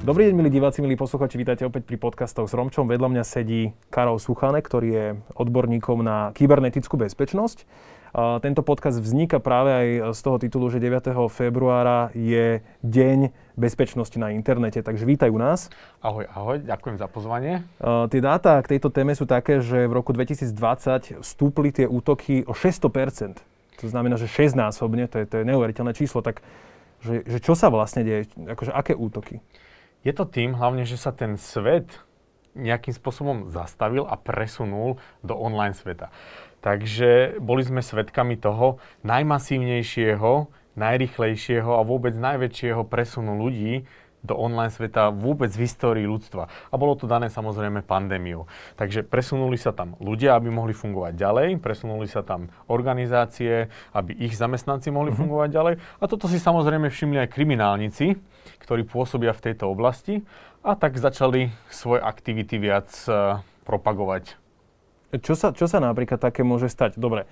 Dobrý deň, milí diváci, milí poslucháči, vítajte opäť pri podcastoch s Romčom. Vedľa mňa sedí Karol Suchanek, ktorý je odborníkom na kybernetickú bezpečnosť. Tento podcast vzniká práve aj z toho titulu, že 9. februára je Deň bezpečnosti na internete, takže vítaj u nás. Ahoj, ďakujem za pozvanie. Tie dáta k tejto téme sú také, že v roku 2020 stúpli tie útoky o 600%. To znamená, že 6-násobne, to je neuveriteľné číslo, tak že čo sa vlastne deje, akože aké útoky? Je to tým hlavne, že sa ten svet nejakým spôsobom zastavil a presunul do online sveta. Takže boli sme svedkami toho najmasívnejšieho, najrýchlejšieho a vôbec najväčšieho presunu ľudí do online sveta vôbec v histórii ľudstva. A bolo to dané samozrejme pandémiou. Takže presunuli sa tam ľudia, aby mohli fungovať ďalej, presunuli sa tam organizácie, aby ich zamestnanci mohli fungovať ďalej. A toto si samozrejme všimli aj kriminálnici, ktorí pôsobia v tejto oblasti a tak začali svoje aktivity viac propagovať. Čo sa napríklad také môže stať? Dobre,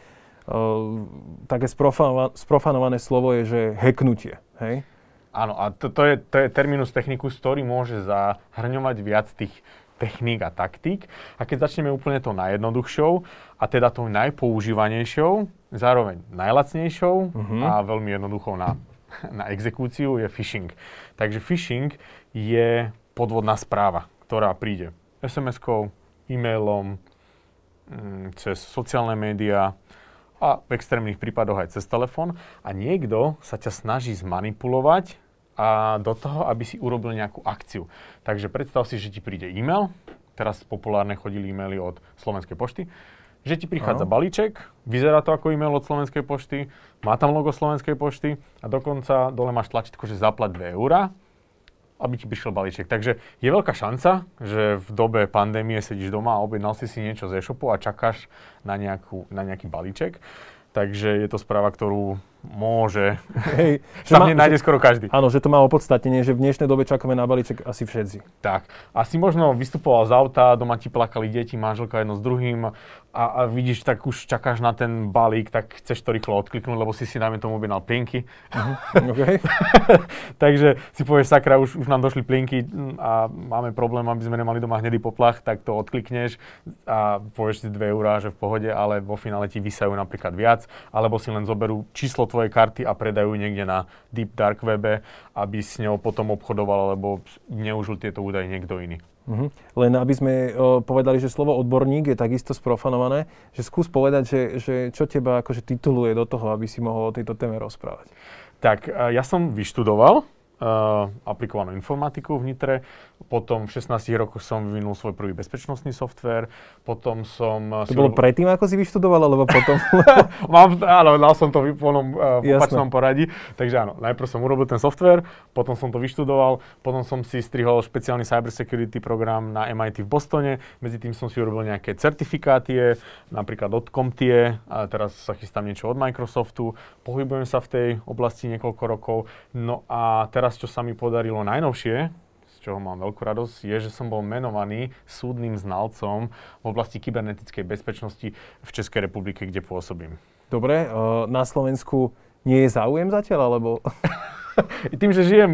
také sprofanované slovo je, že hacknutie, hej? Áno, a to je terminus technicus, ktorý môže zahrňovať viac tých techník a taktík. A keď začneme úplne to najjednoduchšou, a teda tou najpoužívanejšou, zároveň najlacnejšou a veľmi jednoduchou na exekúciu je phishing. Takže phishing je podvodná správa, ktorá príde SMS-kou, e-mailom, cez sociálne médiá, a v extrémnych prípadoch aj cez telefón a niekto sa ťa snaží zmanipulovať a do toho, aby si urobil nejakú akciu. Takže predstav si, že ti príde e-mail, teraz populárne chodili e-maily od Slovenskej pošty, že ti prichádza balíček, vyzerá to ako e-mail od Slovenskej pošty, má tam logo Slovenskej pošty a dokonca dole máš tlačítko, že zaplať 2 €, aby ti prišiel balíček. Takže je veľká šanca, že v dobe pandémie sedíš doma a objednal si niečo z e-shopu a čakáš na nejaký balíček. Takže je to správa, ktorú môže sa mne nájde skoro každý. Áno, že to má opodstatnenie, že v dnešnej dobe čakáme na balíček asi všetci. Tak. Asi možno vystupoval z auta, doma ti plakali deti, manželka jedno s druhým a vidíš, tak už čakáš na ten balík, tak chceš to rýchlo odkliknúť, lebo si dajme tomu objednal plienky. Okay. Takže si povieš, sakra, už nám došli plienky a máme problém, aby sme nemali doma hnedý poplach, tak to odklikneš a povieš si 2 €, že v pohode, ale vo finále ti vysajú napríklad viac, alebo si len zoberú číslo tvojej karty a predajú niekde na deep dark webe, aby s ňou potom obchodoval, alebo neužil tieto údaje niekto iný. Len aby sme povedali, že slovo odborník je takisto sprofanované, že skús povedať, že čo teba akože tituluje do toho, aby si mohol o tejto téme rozprávať. Tak, ja som vyštudoval aplikovanú informatiku v Nitre, potom v 16 rokoch som vyvinul svoj prvý bezpečnostný softvér, potom som... To bolo predtým, ako si vyštudoval, alebo potom? Áno, dal som to v opačnom poradí, takže áno, najprv som urobil ten softvér, potom som to vyštudoval, potom som si strihol špeciálny cybersecurity program na MIT v Bostone, medzi tým som si urobil nejaké certifikátie, napríklad od CompTIA, a teraz sa chystám niečo od Microsoftu, pohybujem sa v tej oblasti niekoľko rokov, no a teraz čo sa mi podarilo najnovšie, z čoho mám veľkú radosť, je, že som bol menovaný súdnym znalcom v oblasti kybernetickej bezpečnosti v Českej republike, kde pôsobím. Dobre, na Slovensku nie je záujem zatiaľ, alebo... Tým, že žijem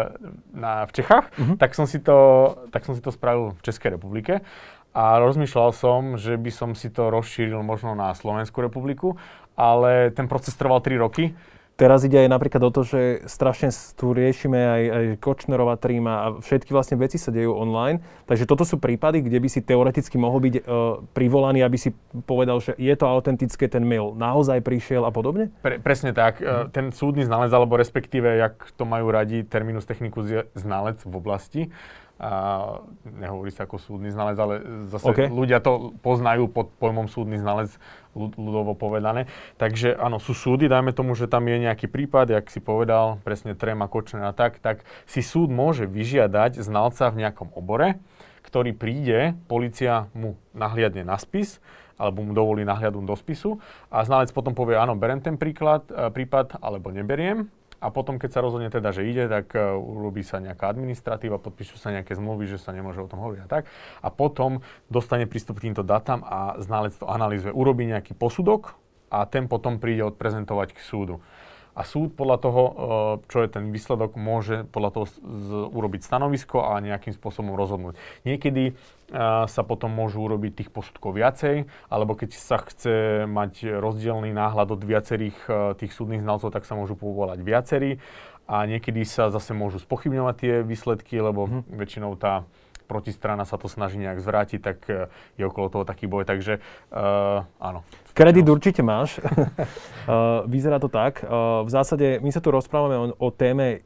v Čechách, tak som si to spravil v Českej republike a rozmýšľal som, že by som si to rozšíril možno na Slovenskú republiku, ale ten proces trval 3 roky. Teraz ide aj napríklad o to, že strašne tu riešime aj Kočnerova tríma a všetky vlastne veci sa dejú online. Takže toto sú prípady, kde by si teoreticky mohol byť privolaný, aby si povedal, že je to autentické, ten mail naozaj prišiel a podobne? Presne tak. Ten súdny znalec, alebo respektíve, jak to majú radi, terminus technicus je znalec v oblasti. A nehovorí sa ako súdny znalec, ale zase ľudia to poznajú pod pojmom súdny znalec, ľudovo povedané. Takže áno, sú súdy, dajme tomu, že tam je nejaký prípad, jak si povedal, presne Trema, Kočner a tak si súd môže vyžiadať znalca v nejakom obore, ktorý príde, polícia mu nahliadne na spis, alebo mu dovolí nahliadnúť do spisu a znalec potom povie, áno, berem ten prípad, alebo neberiem. A potom, keď sa rozhodne teda, že ide, tak urobí sa nejaká administratíva, podpíšu sa nejaké zmluvy, že sa nemôže o tom hovoriť a tak. A potom dostane prístup k týmto dátam a znalec to analýzuje. Urobí nejaký posudok a ten potom príde odprezentovať k súdu. a súd podľa toho, čo je ten výsledok, môže podľa toho urobiť stanovisko a nejakým spôsobom rozhodnúť. Niekedy sa potom môžu urobiť tých posudkov viacej, alebo keď sa chce mať rozdielný náhľad od viacerých tých súdnych znalcov, tak sa môžu povolať viacerí a niekedy sa zase môžu spochybňovať tie výsledky, lebo väčšinou tá protistrana sa to snaží nejak zvrátiť, tak je okolo toho taký boj, takže áno. Kredit určite máš. Vyzerá to tak. V zásade my sa tu rozprávame o téme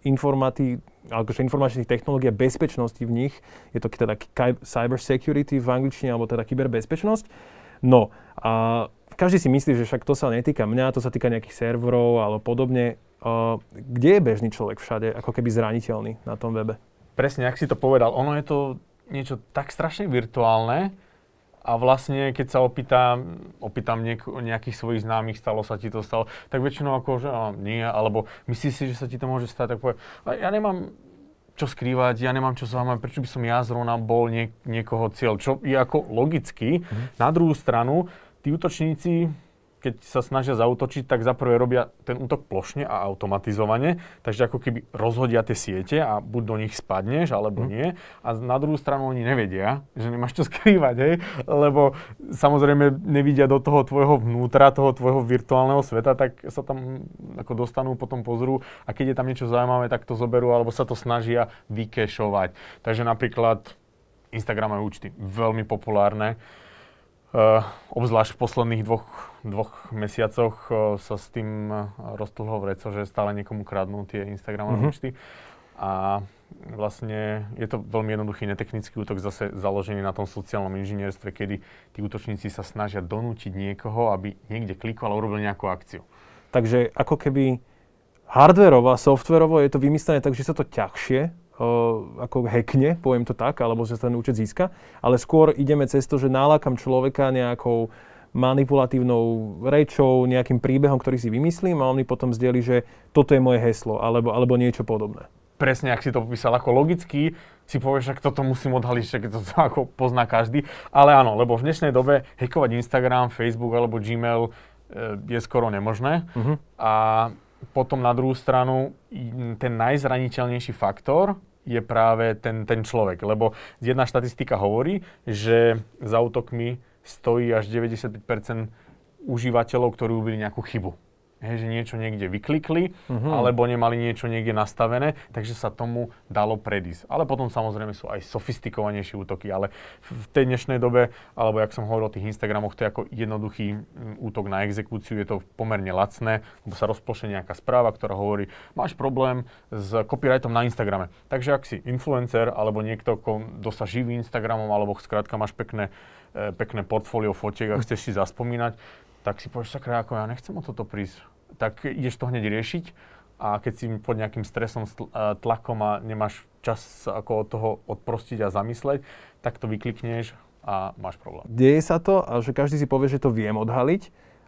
informačných technológií a bezpečnosti v nich. Je to teda cyber security v angličtine, alebo teda kyberbezpečnosť. No a každý si myslí, že však to sa netýka mňa, to sa týka nejakých serverov alebo podobne. Kde je bežný človek všade ako keby zraniteľný na tom webe? Presne, ak si to povedal, ono je to niečo tak strašne virtuálne a vlastne, keď sa opýtam nejakých svojich známych, stalo sa ti to, tak väčšinou ako, že nie, alebo myslíš si, že sa ti to môže stať, tak povie, ja nemám čo skrývať, ja nemám čo zaujímať, prečo by som ja zrovna bol niekoho cieľ, čo je ako logicky. Na druhú stranu, tí útočníci, keď sa snažia zaútočiť, tak zaprvé robia ten útok plošne a automatizovane, takže ako keby rozhodia tie siete a buď do nich spadneš, alebo nie. A na druhú stranu oni nevedia, že nemáš čo skrývať, hej? Lebo samozrejme nevidia do toho tvojho vnútra, toho tvojho virtuálneho sveta, tak sa tam ako dostanú, potom pozrú a keď je tam niečo zaujímavé, tak to zoberú, alebo sa to snažia vykešovať. Takže napríklad Instagramové účty, veľmi populárne. Obzvlášť v posledných dvoch mesiacoch sa s tým roztlhlo vreco, že stále niekomu kradnú tie Instagramové účty. A vlastne je to veľmi jednoduchý netechnický útok, zase založený na tom sociálnom inžinierstve, kedy tí útočníci sa snažia donútiť niekoho, aby niekde klikol a urobil nejakú akciu. Takže ako keby hardwareovo a softwareovo je to vymyslené tak, že sa to ťažšie ako hackne, poviem to tak, alebo že sa ten účet získa, ale skôr ideme cez to, že náľakam človeka nejakou manipulatívnou rečou, nejakým príbehom, ktorý si vymyslím a on mi potom zdieľi, že toto je moje heslo, alebo niečo podobné. Presne, ak si to popísal, ako logicky si povieš, že toto musím odhaliť, že to ako pozná každý, ale áno, lebo v dnešnej dobe hackovať Instagram, Facebook alebo Gmail je skoro nemožné a potom na druhú stranu ten najzraniteľnejší faktor je práve ten človek, lebo jedna štatistika hovorí, že za útokmi stojí až 95% užívateľov, ktorí urobili nejakú chybu. Hej, že niečo niekde vyklikli, alebo nemali niečo niekde nastavené, takže sa tomu dalo predísť. Ale potom samozrejme sú aj sofistikovanejšie útoky, ale v tej dnešnej dobe, alebo jak som hovoril o tých Instagramoch, to je ako jednoduchý útok na exekúciu, je to pomerne lacné, lebo sa rozplošie nejaká správa, ktorá hovorí, máš problém s copyrightom na Instagrame. Takže ak si influencer, alebo niekto, kto sa živí Instagramom, alebo skrátka máš pekné portfólio fotiek a chceš si zaspomínať, tak si povieš, sakra, ako ja nechcem o toto prísť. Tak ideš to hneď riešiť a keď si pod nejakým stresom, tlakom a nemáš čas ako od toho odprostiť a zamysleť, tak to vyklikneš a máš problém. Deje sa to a že každý si povie, že to viem odhaliť,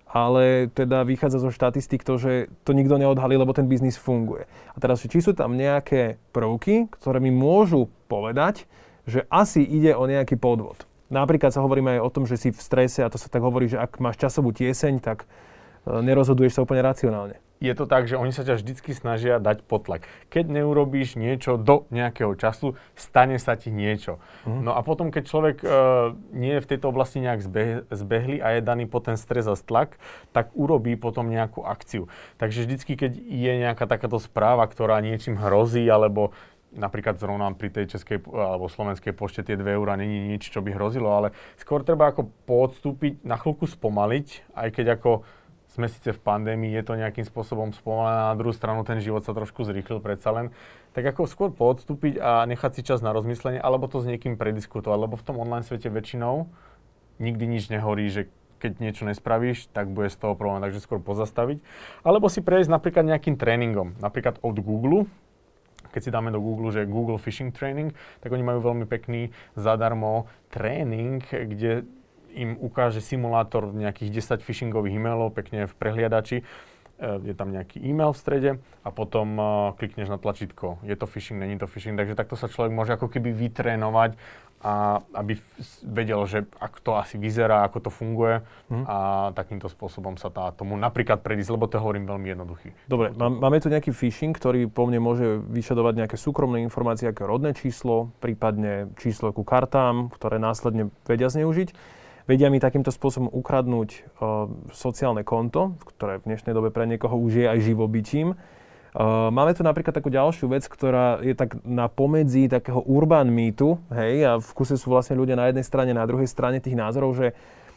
ale teda vychádza zo štatistík to, že to nikto neodhalí, lebo ten biznis funguje. A teraz, či sú tam nejaké prvky, ktoré mi môžu povedať, že asi ide o nejaký podvod. Napríklad sa hovoríme aj o tom, že si v strese a to sa tak hovorí, že ak máš časovú tieseň, tak nerozhoduješ sa úplne racionálne. Je to tak, že oni sa ťa vždycky snažia dať pod tlak. Keď neurobíš niečo do nejakého času, stane sa ti niečo. No a potom, keď človek nie je v tejto oblasti nejak zbehlý a je daný po ten stres a tlak, tak urobí potom nejakú akciu. Takže vždycky, keď je nejaká takáto správa, ktorá niečím hrozí, alebo napríklad zrovna pri tej českej alebo slovenskej pošte tie 2 eurá není nič, čo by hrozilo, ale skôr treba ako poodstúpiť, na chvíľku spomaliť, aj keď ako sme síce v pandémii, je to nejakým spôsobom spomalené, na druhú stranu ten život sa trošku zrýchlil predsa len, tak ako skôr poodstúpiť a nechať si čas na rozmyslenie, alebo to s niekým prediskutovať, lebo v tom online svete väčšinou nikdy nič nehorí, že keď niečo nespravíš, tak bude z toho problém, takže skôr pozastaviť. Alebo si prejsť napríklad nejakým tréningom, napríklad od Google. Keď si dáme do Google, že Google Phishing Training, tak oni majú veľmi pekný zadarmo tréning, kde im ukáže simulátor nejakých 10 phishingových e-mailov pekne v prehliadači, je tam nejaký e-mail v strede a potom klikneš na tlačítko. Je to phishing, není to phishing, takže takto sa človek môže ako keby vytrénovať, a aby vedel, že ako to asi vyzerá, ako to funguje a takýmto spôsobom sa tomu napríklad predísť, lebo to hovorím veľmi jednoduchý. Dobre, máme tu nejaký phishing, ktorý po mne môže vyšadovať nejaké súkromné informácie, ako rodné číslo, prípadne číslo ku kartám, ktoré následne vedia zneužiť. Vedia mi takýmto spôsobom ukradnúť sociálne konto, ktoré v dnešnej dobe pre niekoho už je aj živobytím. Máme tu napríklad takú ďalšiu vec, ktorá je tak na pomedzi takého urban mýtu, hej, a v kuse sú vlastne ľudia na jednej strane, na druhej strane tých názorov, že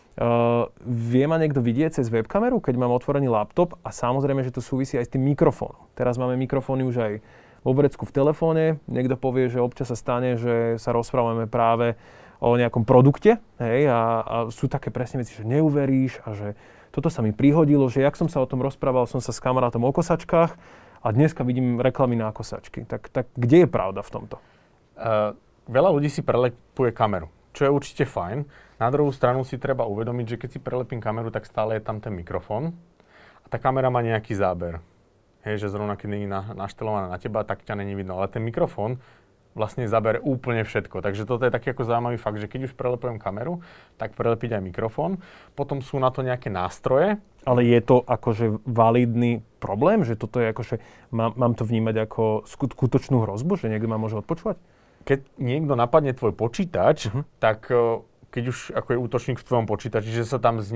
vie ma niekto vidieť cez webkameru, keď mám otvorený laptop, a samozrejme, že to súvisí aj s tým mikrofónom. Teraz máme mikrofóny už aj vo vrecku v telefóne. Niekto povie, že občas sa stane, že sa rozprávame práve o nejakom produkte, hej, a sú také presne veci, že neuveríš a že toto sa mi prihodilo, že jak som sa o tom rozprával, som sa s kamarátom o kosačkách a dneska vidím reklamy na kosačky. Tak kde je pravda v tomto? Veľa ľudí si prelepuje kameru, čo je určite fajn. Na druhú stranu si treba uvedomiť, že keď si prelepím kameru, tak stále je tam ten mikrofón a tá kamera má nejaký záber. Hej, že zrovna keď nie je naštelovaná na teba, tak ťa není vidno. Ale ten mikrofón vlastne zabere úplne všetko. Takže toto je taký ako zaujímavý fakt, že keď už prelepujem kameru, tak prelepiť aj mikrofón. Potom sú na to nejaké nástroje. Ale je to akože validný problém? Že toto je akože, mám to vnímať ako skutočnú hrozbu? Že niekto ma môže odpočúvať? Keď niekto napadne tvoj počítač, tak keď už ako je útočník v tvojom počítači, že sa tam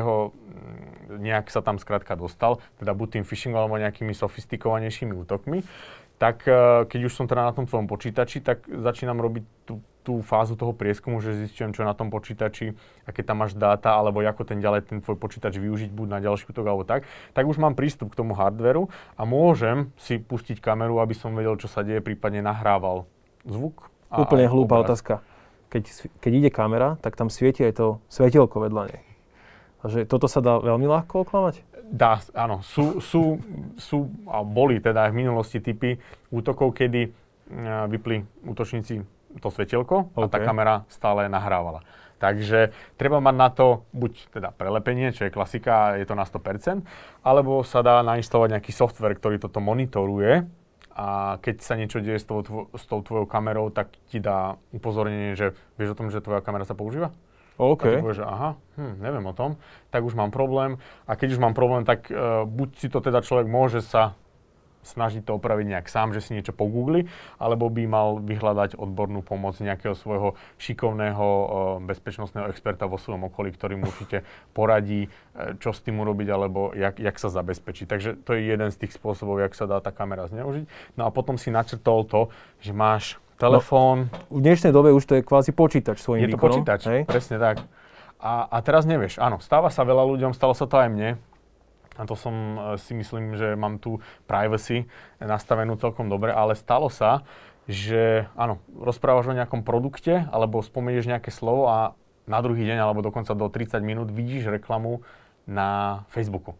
nejak sa tam skrátka dostal, teda buď tým phishingom alebo nejakými sofistikovanejšími útokmi, tak keď už som teda na tom tvojom počítači, tak začínam robiť tú fázu toho prieskumu, že zistujem, čo je na tom počítači, aké tam máš dáta, alebo ako ten tvoj počítač využiť, buď na ďalší útok alebo tak už mám prístup k tomu hardvéru a môžem si pustiť kameru, aby som vedel, čo sa deje, prípadne nahrával zvuk. Úplne hlúpa otázka. Keď ide kamera, tak tam svieti aj to svetielko vedľa nej. A že toto sa dá veľmi ľahko oklamať? Dá, áno. Sú a boli teda aj v minulosti typy útokov, kedy vypli útočníci to svetielko a tá kamera stále nahrávala. Takže treba mať na to buď teda prelepenie, čo je klasika, je to na 100%, alebo sa dá nainštalovať nejaký software, ktorý toto monitoruje a keď sa niečo deje s tou tvojou kamerou, tak ti dá upozornenie, že vieš o tom, že tvoja kamera sa používa? OK. A ty povieš, že aha, neviem o tom, tak už mám problém. A keď už mám problém, tak buď si to teda človek môže sa snažiť to opraviť nejak sám, že si niečo pogoogli, alebo by mal vyhľadať odbornú pomoc nejakého svojho šikovného bezpečnostného experta vo svojom okolí, ktorý mu určite poradí, čo s tým urobiť, alebo jak sa zabezpečiť. Takže to je jeden z tých spôsobov, jak sa dá tá kamera zneužiť. No a potom si načrtol to, že máš telefón. No, v dnešnej dobe už to je kvázi počítač svojím výkonom. Je to počítač, hej? Presne tak. A teraz nevieš, áno, stáva sa veľa ľuďom, stalo sa to aj mne. A to som si myslím, že mám tu privacy nastavenú celkom dobre, ale stalo sa, že áno, rozprávaš o nejakom produkte, alebo spomenieš nejaké slovo a na druhý deň, alebo dokonca do 30 minút vidíš reklamu na Facebooku.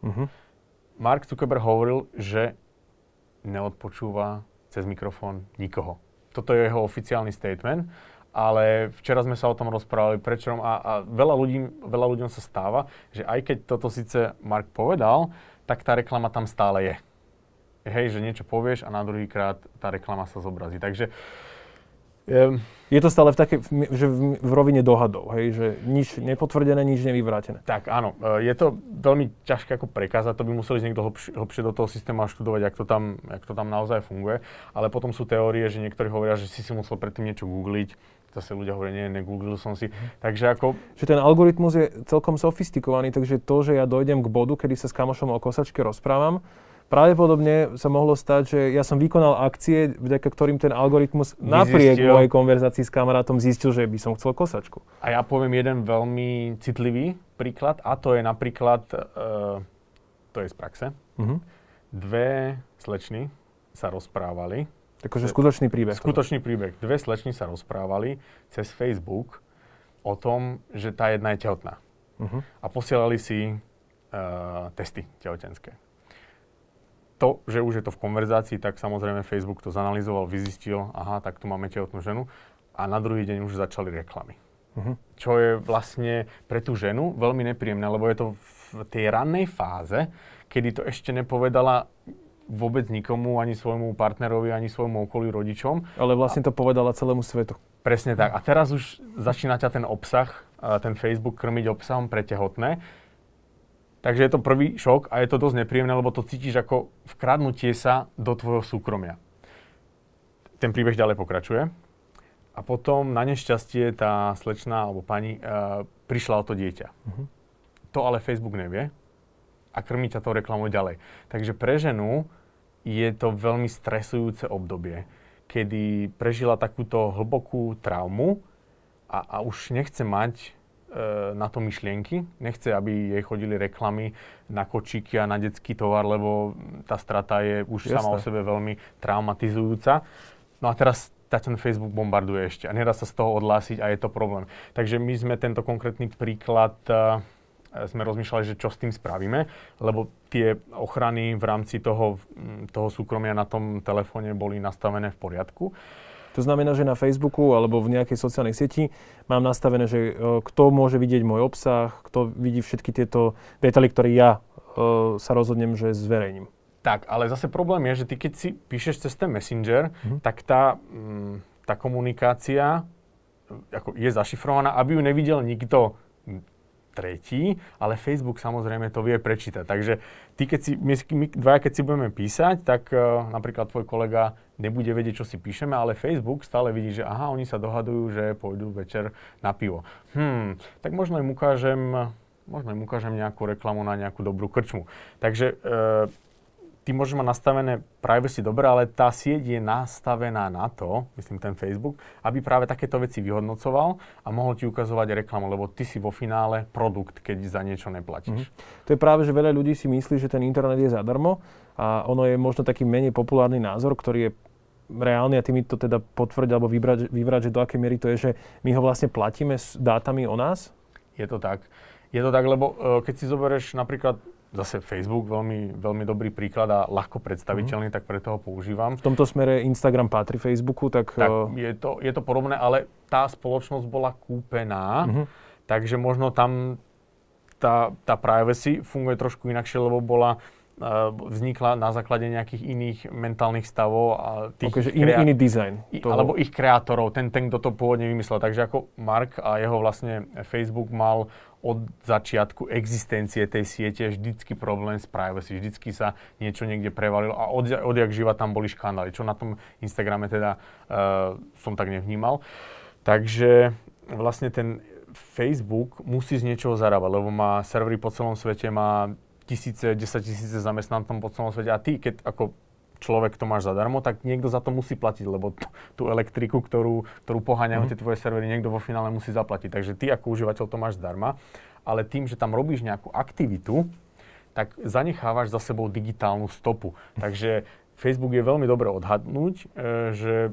Mark Zuckerberg hovoril, že neodpočúva cez mikrofón nikoho. Toto je jeho oficiálny statement, ale včera sme sa o tom rozprávali, prečo a veľa ľuďom sa stáva, že aj keď toto síce Mark povedal, tak tá reklama tam stále je. Hej, že niečo povieš a na druhýkrát tá reklama sa zobrazí. Takže je to stále v rovine dohadov, hej, že nič nepotvrdené, nič nevyvrátené. Tak áno, je to veľmi ťažké ako prekázať, to by museli niekto hlbšie do toho systému a študovať, jak to tam naozaj funguje, ale potom sú teórie, že niektorí hovoria, že si musel predtým niečo googliť, zase ľudia hovoria, negooglil som si, takže ako... Že ten algoritmus je celkom sofistikovaný, takže to, že ja dojdem k bodu, kedy sa s kamošom o kosačke rozprávam, pravdepodobne sa mohlo stať, že ja som vykonal akcie, vďaka ktorým ten algoritmus napriek mojej konverzácii s kamarátom zistil, že by som chcel kosačku. A ja poviem jeden veľmi citlivý príklad, a to je napríklad, to je z praxe. Dve slečny sa rozprávali. Takže skutočný príbeh. Skutočný príbeh. Dve slečny sa rozprávali cez Facebook o tom, že tá jedna je tehotná. A posielali si testy tehotenské. To, že už je to v konverzácii, tak samozrejme Facebook to zanalizoval, vyzistil, aha, tak tu máme tehotnú ženu a na druhý deň už začali reklamy. Čo je vlastne pre tú ženu veľmi nepríjemné, lebo je to v tej rannej fáze, kedy to ešte nepovedala vôbec nikomu, ani svojmu partnerovi, ani svojmu okolí, rodičom. Ale vlastne to povedala celému svetu. Presne tak. A teraz už začína ťa ten obsah, ten Facebook krmiť obsahom pre tehotné. Takže je to prvý šok a je to dosť nepríjemné, lebo to cítiš ako vkradnutie sa do tvojho súkromia. Ten príbeh ďalej pokračuje. A potom na nešťastie tá slečna alebo pani prišla o to dieťa. To ale Facebook nevie a krmí ťa tou reklamou ďalej. Takže pre ženu je to veľmi stresujúce obdobie, kedy prežila takúto hlbokú traumu a už nechce mať na to myšlienky. Nechce, aby jej chodili reklamy na kočíky a na detský tovar, lebo tá strata je už sama o sebe veľmi traumatizujúca. No a teraz ten Facebook bombarduje ešte a nedá sa z toho odhlásiť a je to problém. Takže my sme tento konkrétny príklad sme rozmýšľali, že čo s tým spravíme, lebo tie ochrany v rámci toho súkromia na tom telefóne boli nastavené v poriadku. To znamená, že na Facebooku alebo v nejakej sociálnej sieti mám nastavené, že kto môže vidieť môj obsah, kto vidí všetky tieto detaily, ktoré ja sa rozhodnem, že zverejním. Tak, ale zase problém je, že ty keď si píšeš cez ten Messenger, tak tá komunikácia je zašifrovaná, aby ju nevidel nikto tretí, ale Facebook samozrejme to vie prečítať. Takže ty, my dvaja, keď si budeme písať, tak napríklad tvoj kolega nebude vedieť, čo si píšeme, ale Facebook stále vidí, že aha, oni sa dohadujú, že pôjdu večer na pivo. Tak možno im ukážem nejakú reklamu na nejakú dobrú krčmu. Takže ty môžeš mať nastavené privacy dobre, ale tá sieť je nastavená na to, myslím ten Facebook, aby práve takéto veci vyhodnocoval a mohol ti ukazovať reklamu, lebo ty si vo finále produkt, keď za niečo neplatíš. To je práve, že veľa ľudí si myslí, že ten internet je zadarmo a ono je možno taký menej populárny názor, ktorý je reálny a ty mi to teda potvrdiť alebo vybrať, že do akej miery to je, že my ho vlastne platíme s dátami o nás? Je to tak. Je to tak, lebo keď si zoberieš napríklad zase Facebook, veľmi, veľmi dobrý príklad a ľahko predstaviteľný, tak preto ho používam. V tomto smere Instagram patrí Facebooku, tak je to podobné, ale tá spoločnosť bola kúpená, takže možno tam tá privacy funguje trošku inakšie, lebo vznikla na základe nejakých iných mentálnych stavov a tých iný dizajn. Alebo ich kreatorov, ten, kto to pôvodne vymyslel. Takže ako Mark a jeho vlastne Facebook mal od začiatku existencie tej siete vždycky problém s privacy. Vždycky sa niečo niekde prevalilo a odjak živa tam boli škandály, čo na tom Instagrame teda som tak nevnímal. Takže vlastne ten Facebook musí z niečoho zarábať, lebo má servery po celom svete, má 10 000 zamestnancov po celom svete a ty, keď ako človek to máš zadarmo, tak niekto za to musí platiť, lebo tú elektriku, ktorú poháňajú tie tvoje servery, niekto vo finále musí zaplatiť. Takže ty ako užívateľ to máš zdarma, ale tým, že tam robíš nejakú aktivitu, tak zanechávaš za sebou digitálnu stopu. Takže Facebook je veľmi dobre odhadnúť, že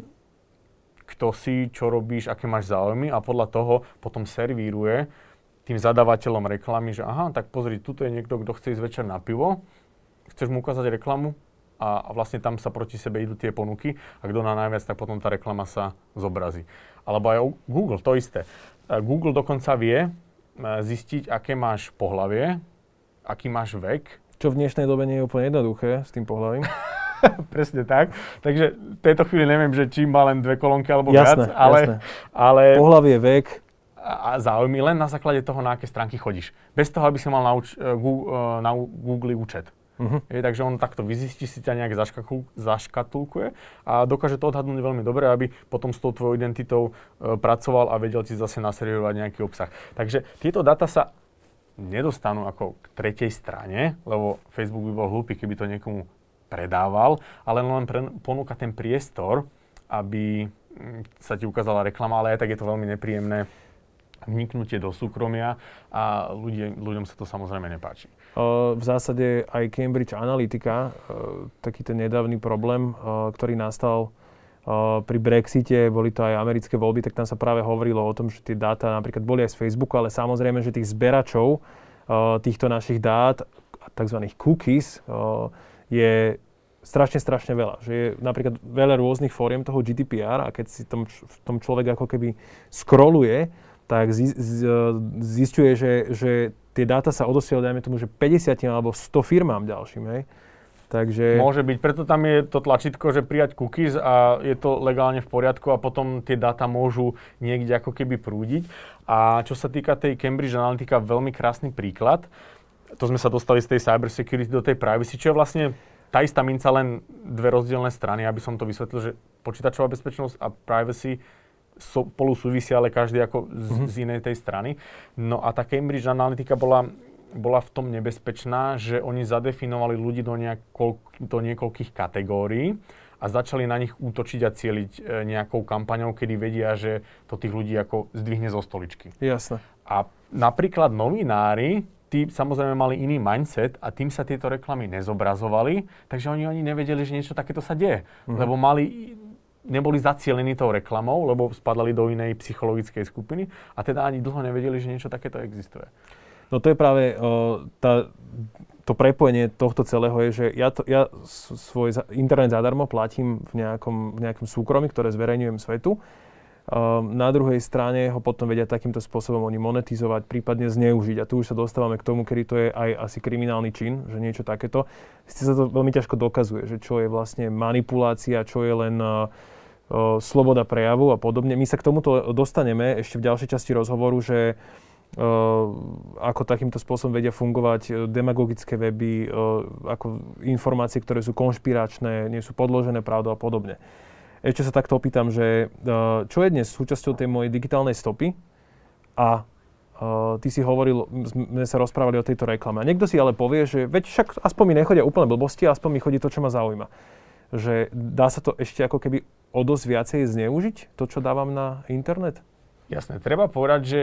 kto si, čo robíš, aké máš záujmy a podľa toho potom servíruje tým zadávateľom reklamy, že aha, tak pozri, tuto je niekto, kto chce ísť večer na pivo, chceš mu ukázať reklamu a vlastne tam sa proti sebe idú tie ponuky a kto na najviac, tak potom tá reklama sa zobrazí. Alebo aj Google, to isté. Google dokonca vie zistiť, aké máš pohlavie, aký máš vek. Čo v dnešnej dobe nie je úplne jednoduché s tým pohlavím. Presne tak. Takže v tejto chvíli neviem, že či má len 2 kolónky alebo jasné, viac, ale pohlavie, vek a záujmy len na základe toho, na aké stránky chodíš. Bez toho, aby si mal na Google účet. Takže on takto vyzistí, si ťa nejak zaškatulkuje a dokáže to odhadnúť veľmi dobre, aby potom s tou tvojou identitou pracoval a vedel ti zase naservírovať nejaký obsah. Takže tieto dáta sa nedostanú ako k tretej strane, lebo Facebook by bol hlúpy, keby to niekomu predával, ale len ponúka ten priestor, aby sa ti ukázala reklama, ale aj tak je to veľmi nepríjemné vniknutie do súkromia a ľuďom sa to samozrejme nepáči. V zásade aj Cambridge Analytica, taký ten nedávny problém, ktorý nastal pri Brexite, boli to aj americké voľby, tak tam sa práve hovorilo o tom, že tie dáta napríklad boli aj z Facebooku, ale samozrejme, že tých zberačov týchto našich dát, tzv. Cookies, je strašne veľa. Že je napríklad veľa rôznych fóriem toho GDPR a keď si tom človek ako keby scrolluje, tak zisťuje, že tie dáta sa odosielajú, dajme tomu, že 50 alebo 100 firmám ďalším, hej. Takže... Môže byť, preto tam je to tlačítko, že prijať cookies a je to legálne v poriadku a potom tie dáta môžu niekde ako keby prúdiť. A čo sa týka tej Cambridge Analytica, veľmi krásny príklad. To sme sa dostali z tej cybersecurity do tej privacy, čo je vlastne tá istá minca, len dve rozdielne strany, aby som to vysvetlil, že počítačová bezpečnosť a privacy spolu súvisia, ale každý ako z inej tej strany. No a tá Cambridge Analytica bola v tom nebezpečná, že oni zadefinovali ľudí do niekoľkých kategórií a začali na nich útočiť a cieliť nejakou kampaňou, kedy vedia, že to tých ľudí ako zdvihne zo stoličky. Jasné. A napríklad novinári, tí samozrejme mali iný mindset a tým sa tieto reklamy nezobrazovali, takže oni ani nevedeli, že niečo takéto sa deje. Lebo neboli zacielení tou reklamou, lebo spadali do inej psychologickej skupiny a teda ani dlho nevedeli, že niečo takéto existuje. No to je práve to prepojenie tohto celého je, že ja svoj internet zadarmo platím v nejakom súkromí, ktoré zverejňujem svetu. Na druhej strane ho potom vedia takýmto spôsobom oni monetizovať, prípadne zneužiť. A tu už sa dostávame k tomu, kedy to je aj asi kriminálny čin, že niečo takéto. Sice sa to veľmi ťažko dokazuje, že čo je vlastne manipulácia, čo je len sloboda prejavu a podobne. My sa k tomuto dostaneme ešte v ďalšej časti rozhovoru, že ako takýmto spôsobom vedia fungovať demagogické weby, ako informácie, ktoré sú konšpiračné, nie sú podložené pravdou a podobne. Ešte sa takto opýtam, že čo je dnes súčasťou tej mojej digitálnej stopy a ty si hovoril, sme sa rozprávali o tejto reklame. A niekto si ale povie, že veď však aspoň mi nechodia úplne blbosti, aspoň mi chodí to, čo ma zaujíma. Že dá sa to ešte ako keby o dosť viacej zneužiť, to, čo dávam na internet? Jasné, treba povedať, že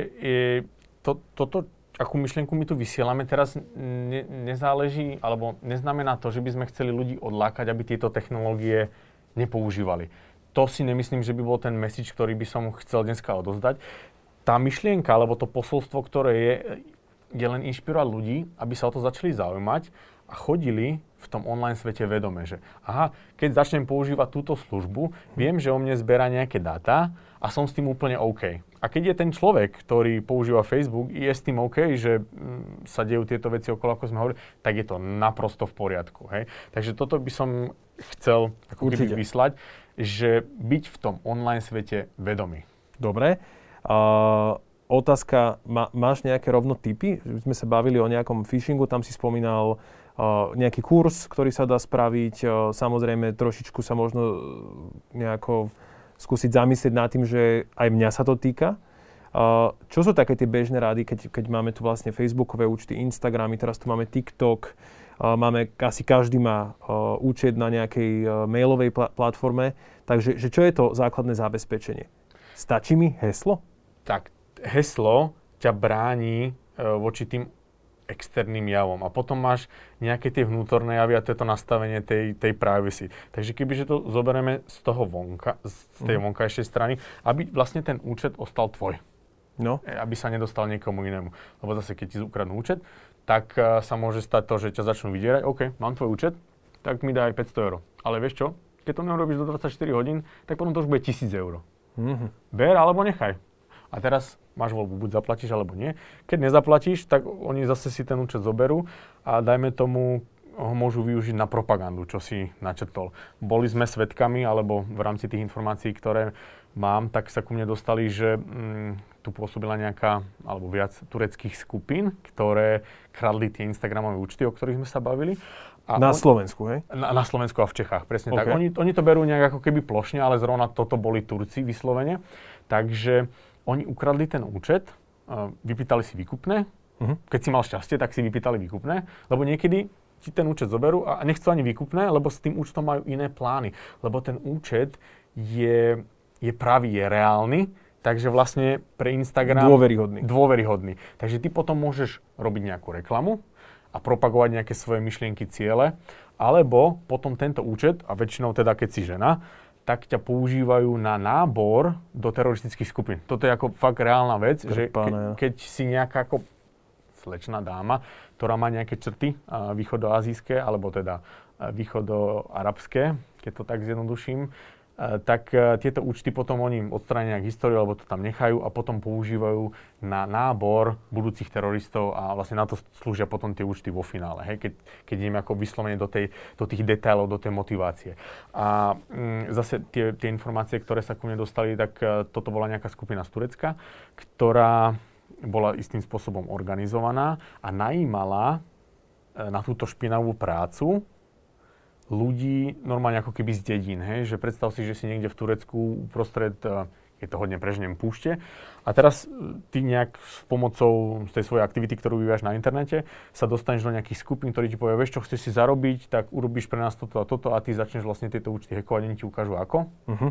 toto, akú myšlienku my tu vysielame, teraz nezáleží, alebo neznamená to, že by sme chceli ľudí odlákať, aby tieto technológie nepoužívali. To si nemyslím, že by bol ten message, ktorý by som chcel dneska odozdať. Tá myšlienka, alebo to posolstvo, ktoré je len inšpirovať ľudí, aby sa o to začali zaujímať a chodili v tom online svete vedome, že aha, keď začnem používať túto službu, viem, že o mne zberá nejaké dáta a som s tým úplne OK. A keď je ten človek, ktorý používa Facebook, je s tým OK, že sa dejú tieto veci okolo, ako sme hovorili, tak je to naprosto v poriadku. Hej? Takže toto by som chcel ako keby vyslať, že byť v tom online svete vedomý. Dobre. Otázka, máš nejaké rovno tipy? Sme sa bavili o nejakom phishingu, tam si spomínal nejaký kurz, ktorý sa dá spraviť. Samozrejme, trošičku sa možno nejako skúsiť zamyslieť nad tým, že aj mňa sa to týka. Čo sú také tie bežné rady, keď máme tu vlastne Facebookové účty, Instagramy, teraz tu máme TikTok, asi každý má účet na nejakej mailovej platforme. Takže čo je to základné zabezpečenie? Stačí mi heslo? Tak, heslo ťa bráni voči tým externým javom. A potom máš nejaké tie vnútorné javy a to je to nastavenie tej privacy. Takže kebyže to zoberieme z toho z tej vonkajšej strany, aby vlastne ten účet ostal tvoj. No. Aby sa nedostal niekomu inému. Lebo zase, keď ti ukradnú účet, tak sa môže stať to, že ťa začnú vydierať. OK, mám tvoj účet, tak mi daj 500 €. Ale vieš čo? Keď to neurobíš do 24 hodín, tak potom to už bude 1000 €. Ber alebo nechaj. A teraz máš voľbu, buď zaplatíš, alebo nie. Keď nezaplatíš, tak oni zase si ten účet zoberú a dajme tomu, ho môžu využiť na propagandu, čo si načrtol. Boli sme svedkami, alebo v rámci tých informácií, ktoré mám, tak sa ku mne dostali, že tu pôsobila nejaká, alebo viac tureckých skupín, ktoré kradli tie Instagramové účty, o ktorých sme sa bavili. Na Slovensku, hej? Na Slovensku a v Čechách, presne tak. Oni to berú nejak ako keby plošne, ale zrovna toto boli Turci vyslovene. Takže oni ukradli ten účet, vypýtali si výkupné. Keď si mal šťastie, tak si vypýtali výkupné, lebo niekedy ti ten účet zoberú a nechcú ani výkupné, lebo s tým účtom majú iné plány. Lebo ten účet je pravý, je reálny, takže vlastne pre Instagram... Dôveryhodný. Takže ty potom môžeš robiť nejakú reklamu a propagovať nejaké svoje myšlienky, ciele, alebo potom tento účet, a väčšinou teda keď si žena, tak ťa používajú na nábor do teroristických skupín. Toto je ako fakt reálna vec, že keď si nejaká ako slečná dáma, ktorá má nejaké črty východoazijské, alebo teda východoarabské, keď to tak zjednoduším, tak tieto účty potom oni odstránia nejak históriu, alebo to tam nechajú a potom používajú na nábor budúcich teroristov a vlastne na to slúžia potom tie účty vo finále, hej, keď ideme ako vyslovene do tých detailov, do tej motivácie. A zase tie informácie, ktoré sa ku mne dostali, tak toto bola nejaká skupina z Turecka, ktorá bola istým spôsobom organizovaná a najímala na túto špinavú prácu ľudí normálne ako keby z dedín, hej? Že predstav si, že si niekde v Turecku uprostred, je to hodne prežnem, púšte a teraz ty nejak s pomocou z tej svojej aktivity, ktorú vyvíjaš na internete, sa dostaneš do nejakých skupín, ktorí ti povie, vieš čo, chceš si zarobiť, tak urobíš pre nás toto a toto a ty začneš vlastne tieto účty hackovať, oni ti ukážu ako.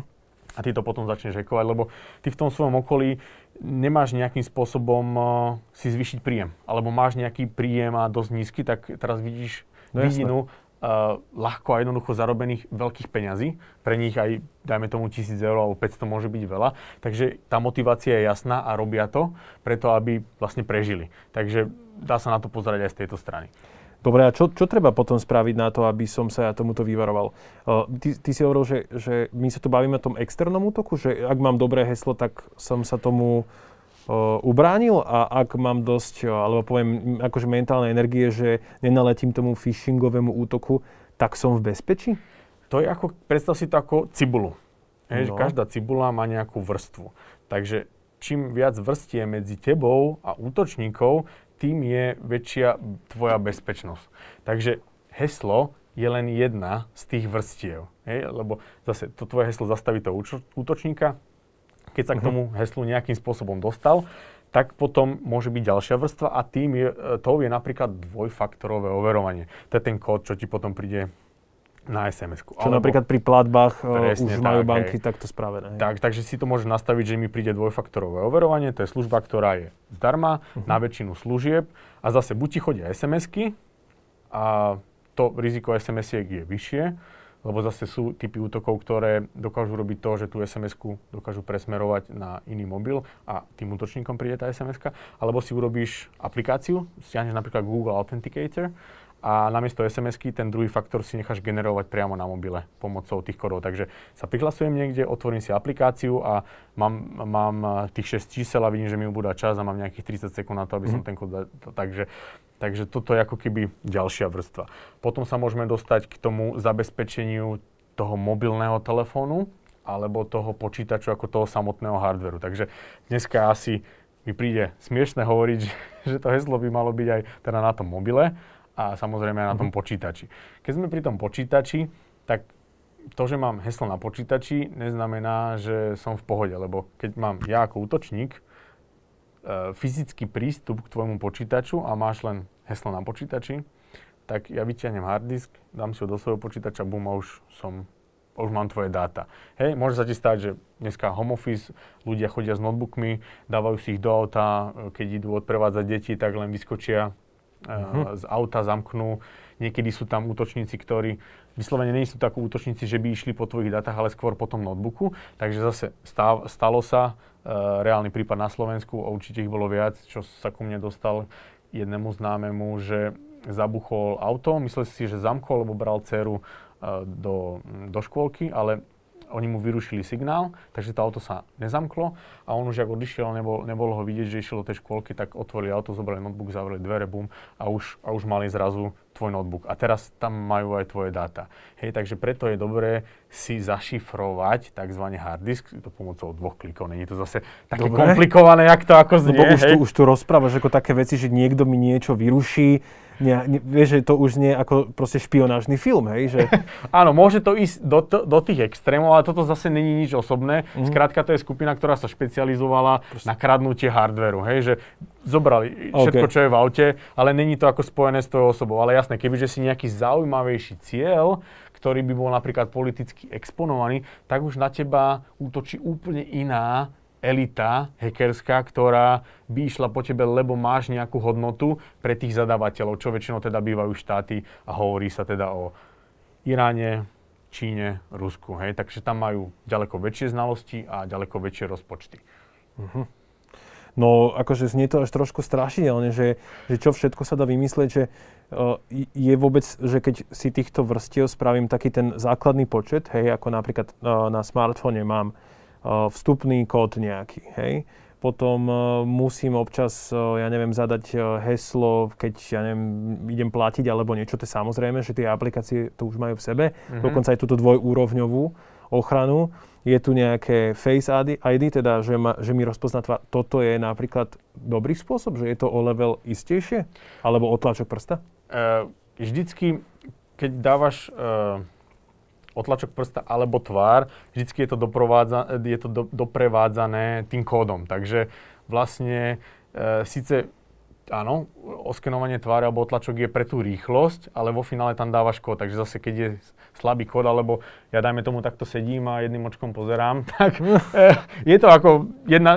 A ty to potom začneš hackovať, lebo ty v tom svojom okolí nemáš nejakým spôsobom si zvýšiť príjem, alebo máš nejaký príjem a dosť nízky, tak teraz vidíš vidinu ľahko a jednoducho zarobených veľkých peňazí. Pre nich aj, dajme tomu 1000 eur alebo 500 môže byť veľa. Takže tá motivácia je jasná a robia to preto, aby vlastne prežili. Takže dá sa na to pozerať aj z tejto strany. Dobre, a čo treba potom spraviť na to, aby som sa ja tomuto vyvaroval? Ty si hovoril, že my sa tu bavíme o tom externom útoku, že ak mám dobré heslo, tak som sa tomu ubránil a ak mám dosť, alebo poviem akože mentálnej energie, že nenaletím tomu phishingovému útoku, tak som v bezpečí? To je ako, predstav si to ako cibulu. Že každá cibula má nejakú vrstvu. Takže čím viac vrstie medzi tebou a útočníkov, tým je väčšia tvoja bezpečnosť. Takže heslo je len jedna z tých vrstiev. Lebo zase to tvoje heslo zastaví toho útočníka. Keď sa k tomu heslu nejakým spôsobom dostal, tak potom môže byť ďalšia vrstva a tým je napríklad dvojfaktorové overovanie. To je ten kód, čo ti potom príde na SMS-ku. Čo napríklad pri platbách už majú banky takto spravené. Takže si to môžeš nastaviť, že mi príde dvojfaktorové overovanie, to je služba, ktorá je zdarma na väčšinu služieb a zase buď ti chodia SMS-ky a to riziko SMS-iek je vyššie, lebo zase sú typy útokov, ktoré dokážu robiť to, že tú SMS-ku dokážu presmerovať na iný mobil a tým útočníkom príde tá SMS-ka. Alebo si urobíš aplikáciu, stiahneš napríklad Google Authenticator a namiesto SMS-ky ten druhý faktor si necháš generovať priamo na mobile pomocou tých kódov. Takže sa prihlasujem niekde, otvorím si aplikáciu a mám tých 6 čísel a vidím, že mi ubúda čas a mám nejakých 30 sekúnd na to, aby som ten kód... Takže toto je ako keby ďalšia vrstva. Potom sa môžeme dostať k tomu zabezpečeniu toho mobilného telefónu alebo toho počítaču ako toho samotného hardveru. Takže dneska asi mi príde smiešne hovoriť, že to heslo by malo byť aj teda na tom mobile a samozrejme aj na tom počítači. Keď sme pri tom počítači, tak to, že mám heslo na počítači, neznamená, že som v pohode, lebo keď mám ja ako útočník fyzický prístup k tvojmu počítaču a máš len heslo na počítači, tak ja vyťahnem harddisk, dám si ho do svojho počítača, bum, a už mám tvoje dáta. Hej, môže sa ti stať, že dneska home office, ľudia chodia s notebookmi, dávajú si ich do auta, keď idú odprevádzať deti, tak len vyskočia z auta, zamknú. Niekedy sú tam útočníci, ktorí vyslovene nie sú takí útočníci, že by išli po tvojich dátach, ale skôr po tom notebooku. Takže zase stalo sa reálny prípad na Slovensku, a určite ich bolo viac, čo sa ku mne dostal jednému známemu, že zabuchol auto, myslel si, že zamkol, lebo bral dceru do škôlky, ale oni mu vyrušili signál, takže to auto sa nezamklo a on už ak odišiel, nebolo ho vidieť, že išiel do tej škôlky, tak otvorili auto, zobrali notebook, zavreli dvere, bum, a už mali zrazu tvoj notebook. A teraz tam majú aj tvoje dáta. Hej, takže preto je dobré si zašifrovať tzv. Hard disk, to pomocou 2 klikov. Není to zase také komplikované, jak to ako znie. Lebo už tu rozprávaš ako také veci, že niekto mi niečo vyruší. Vieš, že to už nie ako proste špionážny film, hej? Že... Áno, môže to ísť do tých extrémov, ale toto zase není nič osobné. Skrátka, to je skupina, ktorá sa špecializovala na kradnutie hardveru, hej? Že zobrali všetko, čo je v aute, ale není to ako spojené s tvojou osobou. Ale jasné, kebyže si nejaký zaujímavejší cieľ, ktorý by bol napríklad politicky exponovaný, tak už na teba útočí úplne iná elita hackerská, ktorá by išla po tebe, lebo máš nejakú hodnotu pre tých zadávateľov, čo väčšinou teda bývajú štáty a hovorí sa teda o Iráne, Číne, Rusku. Hej? Takže tam majú ďaleko väčšie znalosti a ďaleko väčšie rozpočty. No, akože znie to až trošku strašidelne, že čo všetko sa dá vymyslieť, že je vôbec, že keď si týchto vrstiev spravím taký ten základný počet, hej, ako napríklad na smartfóne mám vstupný kód nejaký, hej, potom musím občas, ja neviem, zadať heslo, keď, ja neviem, idem platiť alebo niečo, to je samozrejme, že tie aplikácie to už majú v sebe, dokonca aj túto dvojúrovňovú ochranu. Je tu nejaké Face ID, teda, že mi rozpozná tvár. Toto je napríklad dobrý spôsob, že je to o level istejšie? Alebo otlačok prsta? Vždycky, keď dávaš otlačok prsta alebo tvár, vždycky je to doprevádzané tým kódom. Takže vlastne síce áno, oskenovanie tváre alebo otlačok je pre tú rýchlosť, ale vo finále tam dávaš kód. Takže zase, keď je slabý kód, alebo ja dajme tomu takto sedím a jedným očkom pozerám, tak je to ako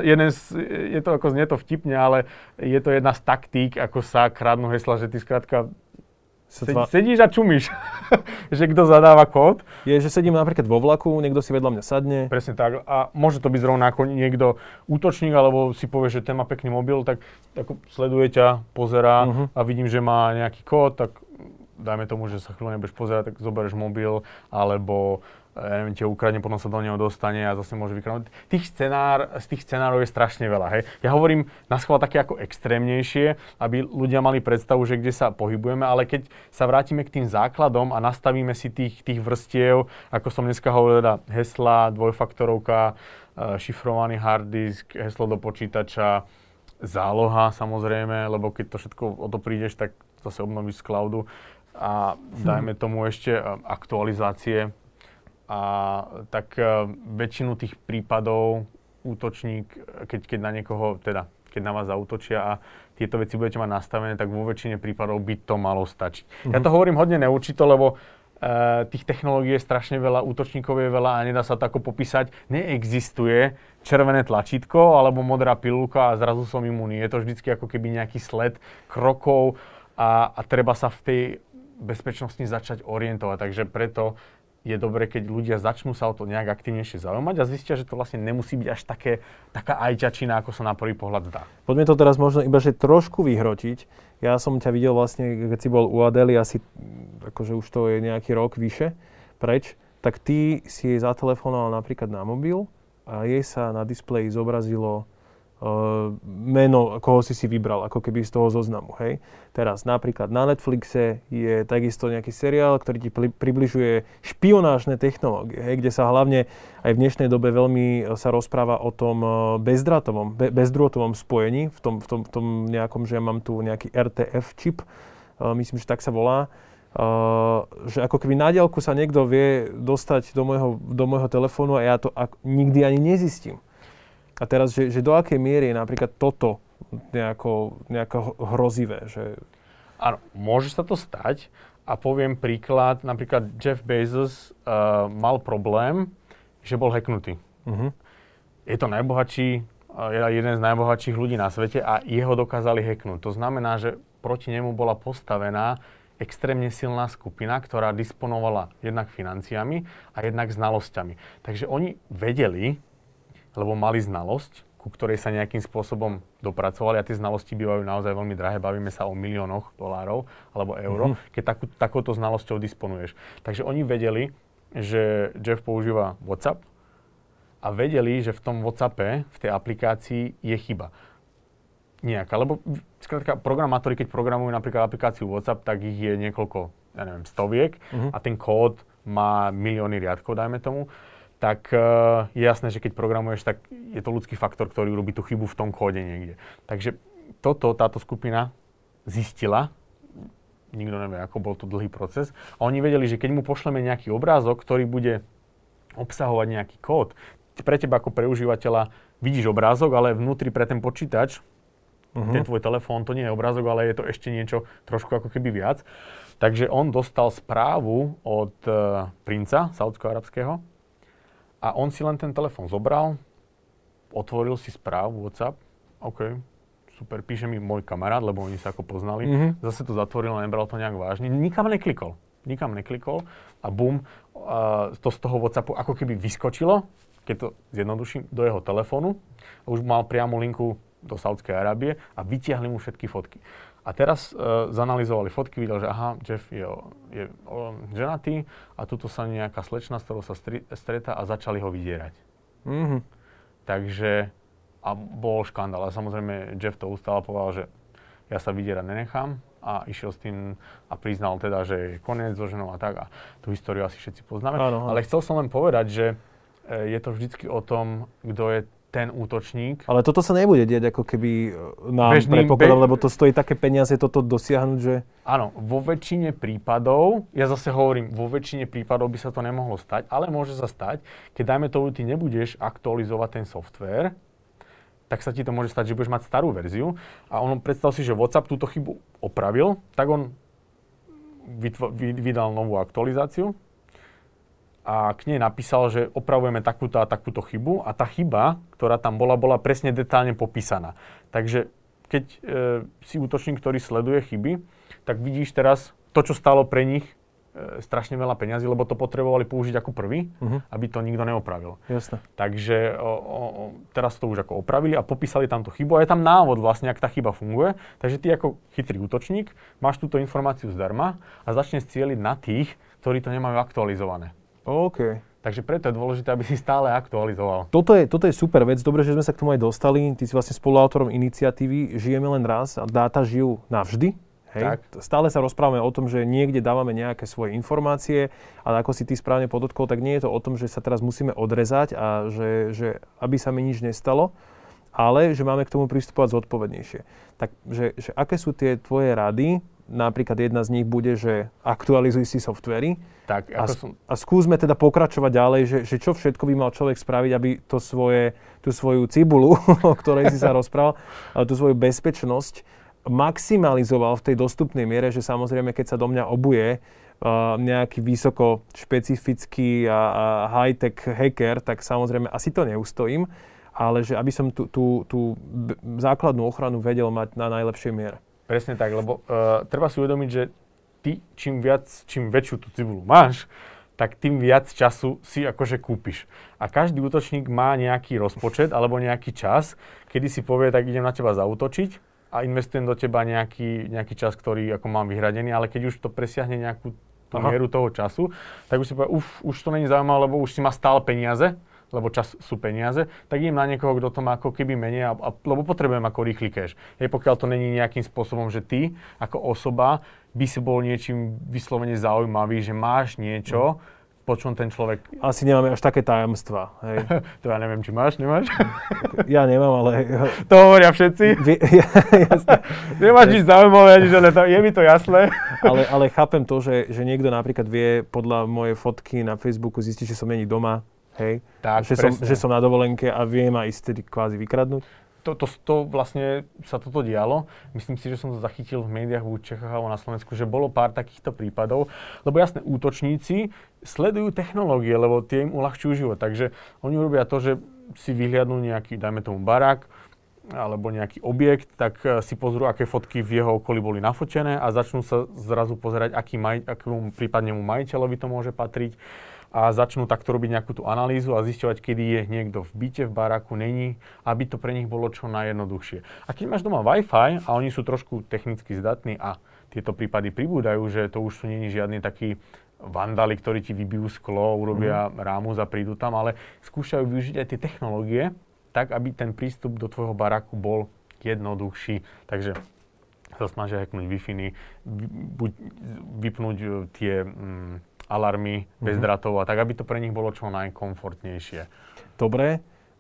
znie to vtipne, ale je to jedna z taktík, ako sa kradnú hesla, že ty skrátka sedíš a čumíš, že kto zadáva kód. Je, že sedím napríklad vo vlaku, niekto si vedľa mňa sadne. Presne tak. A môže to byť zrovna ako niekto útočník, alebo si povie, že ten má pekný mobil, tak ako sleduje ťa, pozerá a vidím, že má nejaký kód, tak dajme tomu, že sa chvíľu nebudeš pozerať, tak zoberieš mobil, alebo ja neviem, ťa ukradne, potom sa do neho dostane a zase môže vykradnúť. Z tých scenárov je strašne veľa, hej. Ja hovorím naschvál také ako extrémnejšie, aby ľudia mali predstavu, že kde sa pohybujeme, ale keď sa vrátime k tým základom a nastavíme si tých vrstiev, ako som dneska hovoril, teda hesla, dvojfaktorovka, šifrovaný hard disk, heslo do počítača, záloha samozrejme, lebo keď to všetko o to prídeš, tak zase obnovíš z cloudu a dajme tomu ešte aktualizácie. A tak väčšinu tých prípadov útočník, keď na niekoho, teda keď na vás zaútočia a tieto veci budete mať nastavené, tak vo väčšine prípadov by to malo stačiť. Ja to hovorím hodne neurčito, lebo tých technológií je strašne veľa, útočníkov je veľa a nedá sa to ako popísať. Neexistuje červené tlačítko alebo modrá pilulka a zrazu som imunný. Je to vždycky ako keby nejaký sled krokov a treba sa v tej bezpečnosti začať orientovať. Takže preto je dobre, keď ľudia začnú sa o to nejak aktívnejšie zaujímať a zistia, že to vlastne nemusí byť až taká ajťačina, ako sa na prvý pohľad zdá. Poďme to teraz možno iba, že trošku vyhrotiť. Ja som ťa videl vlastne, keď si bol u Adely, asi akože už to je nejaký rok vyše preč, tak ty si jej zatelefonoval napríklad na mobil a jej sa na displeji zobrazilo meno, koho si vybral, ako keby z toho zoznamu, hej. Teraz napríklad na Netflixe je takisto nejaký seriál, ktorý ti približuje špionážne technológie, hej, kde sa hlavne aj v dnešnej dobe veľmi sa rozpráva o tom bezdrôtovom spojení, v tom nejakom, že ja mám tu nejaký RTF čip, myslím, že tak sa volá, že ako keby na diaľku sa niekto vie dostať do môjho telefónu a ja to nikdy ani nezistím. A teraz, že do akej miery je napríklad toto nejako hrozivé? Že... Áno, môže sa to stať a poviem príklad, napríklad Jeff Bezos mal problém, že bol hacknutý. Je to jeden z najbohatších ľudí na svete a jeho dokázali hacknúť. To znamená, že proti nemu bola postavená extrémne silná skupina, ktorá disponovala jednak financiami a jednak znalosťami. Takže oni vedeli, lebo mali znalosť, ku ktorej sa nejakým spôsobom dopracovali a tie znalosti bývajú naozaj veľmi drahé, bavíme sa o miliónoch dolárov alebo eur, keď takouto znalosťou disponuješ. Takže oni vedeli, že Jeff používa WhatsApp a vedeli, že v tom WhatsAppe, v tej aplikácii je chyba nejaká, lebo skrátka programátori, keď programujú napríklad aplikáciu WhatsApp, tak ich je niekoľko, ja neviem, stoviek a ten kód má milióny riadkov, dajme tomu. Tak je jasné, že keď programuješ, tak je to ľudský faktor, ktorý robí tú chybu v tom kóde niekde. Takže táto skupina zistila, nikto nevie, ako bol to dlhý proces, a oni vedeli, že keď mu pošleme nejaký obrázok, ktorý bude obsahovať nejaký kód, pre teba ako pre užívateľa vidíš obrázok, ale vnútri pre ten počítač, ten tvoj telefón, to nie je obrázok, ale je to ešte niečo trošku ako keby viac. Takže on dostal správu od princa saúdsko-arabského, a on si len ten telefón zobral, otvoril si správu WhatsApp, OK, super, píše mi môj kamarát, lebo oni sa ako poznali, zase to zatvoril a nebral to nejak vážne, nikam neklikol a bum, to z toho WhatsAppu ako keby vyskočilo, keď to zjednoduším, do jeho telefónu a už mal priamu linku do Saúdskej Arábie a vytiahli mu všetky fotky. A teraz zanalizovali fotky, videl, že aha, Jeff je ženatý a tuto sa nejaká slečna, s ktorou sa stretá a začali ho vydierať. Mm-hmm. Takže, a bol škandál. A samozrejme Jeff to ustal a povedal, že ja sa vydierať nenechám a išiel s tým a priznal teda, že je koniec so ženou a tak. A tú históriu asi všetci poznáme. Áno. Ale chcel som len povedať, že je to vždycky o tom, kto je ten útočník. Ale toto sa nebude diať ako keby nám predpokladám, lebo to stojí také peniaze toto dosiahnuť, že... Áno, vo väčšine prípadov, ja zase hovorím, vo väčšine prípadov by sa to nemohlo stať, ale môže sa stať, keď dajme tomu, ty nebudeš aktualizovať ten software, tak sa ti to môže stať, že budeš mať starú verziu a predstav si, že WhatsApp túto chybu opravil, tak on vydal novú aktualizáciu a k nej napísal, že opravujeme takúto a takúto chybu a tá chyba, ktorá tam bola presne detálne popísaná. Takže keď si útočník, ktorý sleduje chyby, tak vidíš teraz to, čo stálo pre nich strašne veľa peňazí, lebo to potrebovali použiť ako prvý, aby to nikto neopravil. Jasne. Takže teraz to už ako opravili a popísali tam tú chybu a je tam návod vlastne, ak tá chyba funguje. Takže ty ako chytrý útočník máš túto informáciu zdarma a začneš cieliť na tých, ktorí to nemajú aktualizované. OK. Takže preto je dôležité, aby si stále aktualizoval. Toto je super vec. Dobre, že sme sa k tomu aj dostali. Ty si vlastne spoluautorom iniciatívy Žijeme len raz a dáta žijú navždy. Hej. Tak. Stále sa rozprávame o tom, že niekde dávame nejaké svoje informácie, ale ako si ty správne podotkol, tak nie je to o tom, že sa teraz musíme odrezať a že aby sa mi nič nestalo, ale že máme k tomu pristupovať zodpovednejšie. Takže že aké sú tie tvoje rady? Napríklad jedna z nich bude, že aktualizuj si softvery. Tak, a skúsme teda pokračovať ďalej, že čo všetko by mal človek spraviť, aby tú svoju cibulu, o ktorej si sa rozprával, tú svoju bezpečnosť maximalizoval v tej dostupnej miere, že samozrejme, keď sa do mňa obuje nejaký vysoko špecifický a high-tech hacker, tak samozrejme asi to neustojím, ale že aby som tú základnú ochranu vedel mať na najlepšej miere. Presne tak, lebo treba si uvedomiť, že ty čím väčšiu tú cibulu máš, tak tým viac času si akože kúpiš. A každý útočník má nejaký rozpočet alebo nejaký čas, kedy si povie, tak idem na teba zaútočiť a investujem do teba nejaký čas, ktorý ako mám vyhradený, ale keď už to presiahne nejakú tú mieru toho času, tak už si povie, už to není zaujímavé, lebo už si má stále peniaze, lebo čas sú peniaze, tak idem na niekoho, kto to má ako keby menej, lebo potrebujem ako rýchly cash. Pokiaľ to není nejakým spôsobom, že ty ako osoba by si bol niečím vyslovene zaujímavý, že máš niečo, po čom ten človek... Asi nemáme až také tajomstvá. Hej. To ja neviem, či máš, nemáš? Ja nemám, ale... To hovoria všetci. Jasné. Nemáš nič zaujímavé, je mi to jasné. Ale chápem to, že niekto napríklad vie podľa mojej fotky na Facebooku zistiť, že som není doma. Hej, tak, že som na dovolenke a viem ma ísť tedy kvázi vykradnúť. To vlastne sa toto dialo. Myslím si, že som to zachytil v médiách v Čechách alebo na Slovensku, že bolo pár takýchto prípadov. Lebo jasné, útočníci sledujú technológie, lebo tie im uľahčujú život. Takže oni robia to, že si vyhliadnú nejaký, dajme tomu barák, alebo nejaký objekt, tak si pozrú, aké fotky v jeho okolí boli nafotené a začnú sa zrazu pozerať, akému prípadnému majiteľovi to môže patriť. A začnú takto robiť nejakú tú analýzu a zisťovať, kedy je niekto v byte, v baráku, není, aby to pre nich bolo čo najjednoduchšie. A keď máš doma Wi-Fi a oni sú trošku technicky zdatní a tieto prípady pribúdajú, že to už sú není žiadni takí vandali, ktorí ti vybijú sklo, urobia rámus a prídu tam, ale skúšajú využiť aj tie technológie, tak aby ten prístup do tvojho baráku bol jednoduchší. Takže sa snažia hacknúť Wi-Fi, vypnúť tie alarmy bezdratov a tak, aby to pre nich bolo čo najkomfortnejšie. Dobre.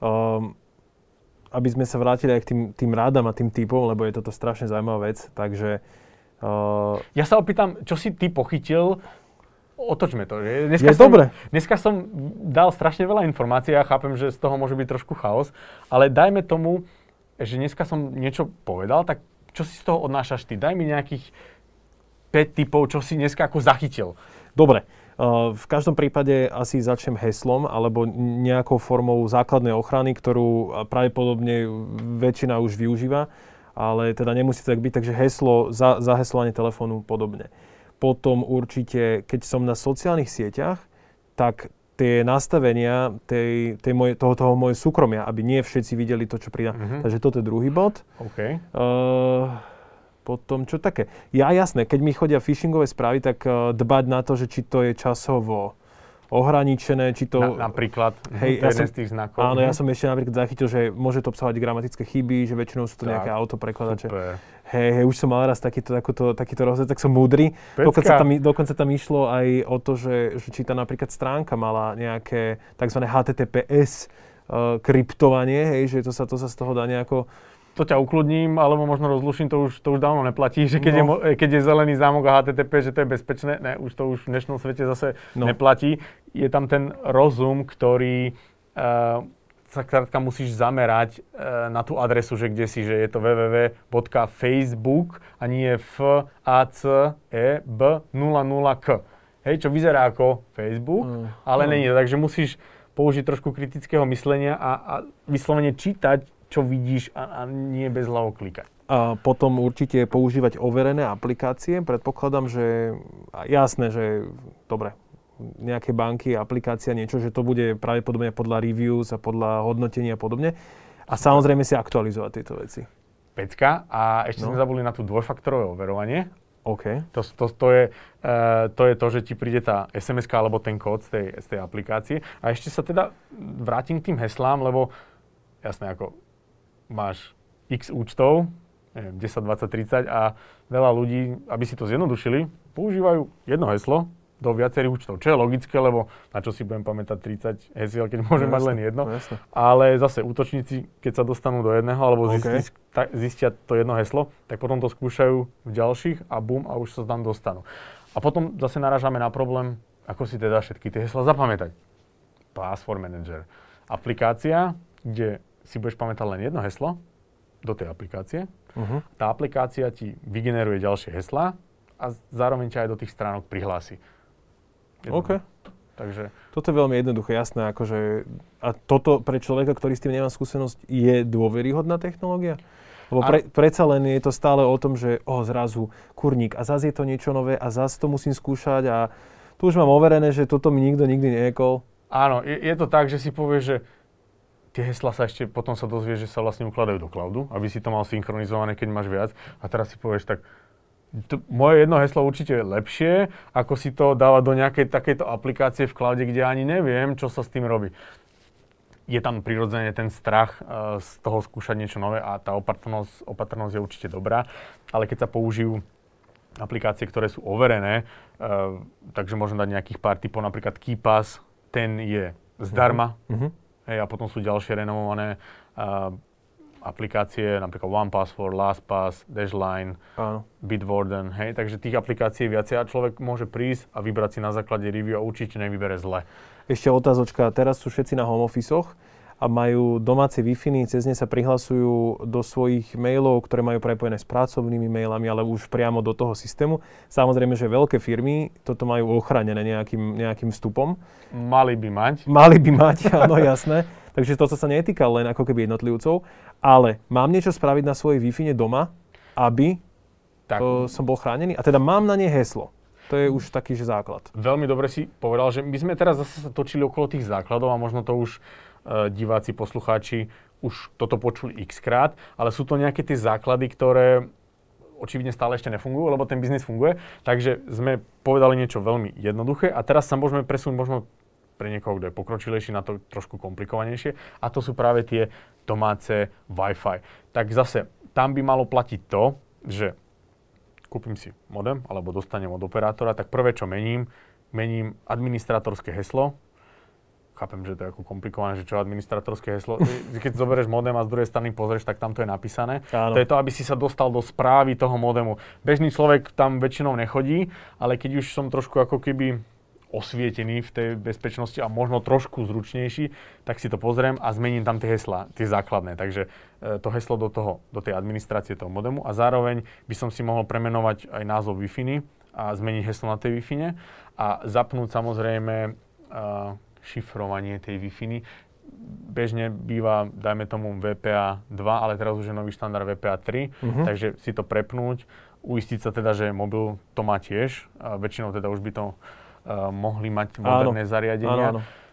Aby sme sa vrátili aj k tým rádam a tým typom, lebo je toto strašne zaujímavá vec, takže... Ja sa opýtam, čo si ty pochytil? Otočme to. Dneska som dal strašne veľa informácií a chápem, že z toho môže byť trošku chaos, ale dajme tomu, že dneska som niečo povedal, tak čo si z toho odnášaš ty? Daj mi nejakých 5 typov, čo si dneska ako zachytil. Dobre. V každom prípade asi začnem heslom alebo nejakou formou základnej ochrany, ktorú pravdepodobne väčšina už využíva, ale teda nemusí to tak byť, takže heslo, zaheslovanie telefónu podobne. Potom určite, keď som na sociálnych sieťach, tak tie nastavenia toho mojej súkromia, aby nie všetci videli to, čo pridá. Takže toto je druhý bod. OK. Potom čo také? Jasné, keď mi chodia phishingové správy, tak dbať na to, že či to je časovo ohraničené, či to... Napríklad, jeden z tých znakov. Áno, ja som ešte napríklad zachytil, že môže to obsahovať gramatické chyby, že väčšinou sú to nejaké autoprekladače. Hej, už som mal raz takýto rozhľad, tak som múdry. Dokonca tam išlo aj o to, že či tá napríklad stránka mala nejaké tzv. HTTPS kryptovanie, hej, že to sa z toho dá nejako... To ťa ukludním, alebo možno rozluším, to už dávno neplatí, že keď je zelený zámok a HTTP, že to je bezpečné. Ne, to už v dnešnom svete zase neplatí. Je tam ten rozum, ktorý sa krátka musíš zamerať na tú adresu, že kde si, že je to www.facebook a nie FACEB00K. Hej, čo vyzerá ako Facebook, ale nie. Takže musíš použiť trošku kritického myslenia a vyslovene čítať, čo vidíš a nie bez hlavo klikať. A potom určite používať overené aplikácie. Predpokladám, že jasné, že dobre, nejaké banky, aplikácia, niečo, že to bude pravdepodobne podľa reviews a podľa hodnotenia a podobne. A samozrejme si aktualizovať tieto veci. Pecka. A ešte sme zabudli na tú dvojfaktorové overovanie. OK. To je to, že ti príde tá SMS-ka alebo ten kód z tej aplikácie. A ešte sa teda vrátim k tým heslám, lebo jasné, ako máš x účtov, neviem, 10, 20, 30 a veľa ľudí, aby si to zjednodušili, používajú jedno heslo do viacerých účtov. Čo je logické, lebo na čo si budem pamätať 30 hesiel, keď môžem mať len jedno. Jasne. Ale zase útočníci, keď sa dostanú do jedného alebo zistia to jedno heslo, tak potom to skúšajú v ďalších a bum, a už sa tam dostanú. A potom zase narážame na problém, ako si teda všetky tie heslá zapamätať. Password Manager. Aplikácia, kde si budeš pamätať len jedno heslo do tej aplikácie. Tá aplikácia ti vygeneruje ďalšie heslá a zároveň ťa aj do tých stránok prihlási. OK. Takže... Toto je veľmi jednoduché, jasné. Akože, a toto pre človeka, ktorý s tým nemá skúsenosť, je dôveryhodná technológia? Lebo predsa len je to stále o tom, že zrazu kurník a zase je to niečo nové a zase to musím skúšať a tu už mám overené, že toto mi nikto nikdy nejekol. Áno, je to tak, že si povieš, že tie heslá sa ešte, potom sa dozvieš, že sa vlastne ukladajú do cloudu, aby si to mal synchronizované, keď máš viac. A teraz si povieš, tak moje jedno heslo určite je lepšie, ako si to dávať do nejakej takejto aplikácie v cloude, kde ani neviem, čo sa s tým robí. Je tam prirodzene ten strach z toho skúšať niečo nové a tá opatrnosť je určite dobrá, ale keď sa použijú aplikácie, ktoré sú overené, takže môžem dať nejakých pár typov, napríklad KeePass, ten je zdarma. Hej, a potom sú ďalšie renomované aplikácie, napríklad OnePassword, LastPass, Dashlane, Bitwarden. Hej, takže tých aplikácií je viacej a človek môže prísť a vybrať si na základe review a určite nevybere zle. Ešte otázočka, teraz sú všetci na home office-och a majú domáce Wi-Fi, cez ne sa prihlasujú do svojich mailov, ktoré majú prepojené s pracovnými mailami, ale už priamo do toho systému. Samozrejme, že veľké firmy toto majú ochránené nejakým vstupom. Mali by mať, áno, jasné. Takže toto sa netýka len ako keby jednotlivcov, ale mám niečo spraviť na svojej Wi-Fi doma, aby som bol chránený? A teda mám na ne heslo. To je už taký, že základ. Veľmi dobre si povedal, že my sme teraz zase sa točili okolo tých základov a možno to už diváci, poslucháči už toto počuli x-krát, ale sú to nejaké tie základy, ktoré očividne stále ešte nefungujú, lebo ten biznis funguje. Takže sme povedali niečo veľmi jednoduché a teraz sa môžeme presunúť možno pre niekoho, kto je pokročilejší, na to trošku komplikovanejšie a to sú práve tie domáce Wi-Fi. Tak zase, tam by malo platiť to, že kúpim si modem alebo dostanem od operátora, tak prvé, čo mením administrátorské heslo. Chápem, že to je ako komplikované, že čo administrátorské heslo. Keď zoberieš modem a z druhej strany pozrieš, tak tam to je napísané. Áno. To je to, aby si sa dostal do správy toho modemu. Bežný človek tam väčšinou nechodí, ale keď už som trošku ako keby osvietený v tej bezpečnosti a možno trošku zručnejší, tak si to pozriem a zmením tam tie heslá, tie základné. Takže to heslo do tej administrácie toho modemu a zároveň by som si mohol premenovať aj názov Wi-Fi a zmeniť heslo na tej Wi-Fi a zapnúť samozrejme šifrovanie tej Wi-Fi. Bežne býva, dajme tomu VPA 2, ale teraz už je nový štandard VPA 3, takže si to prepnúť, uistiť sa teda, že mobil to má tiež, a väčšinou teda už by to mohli mať moderné zariadenia. Áno.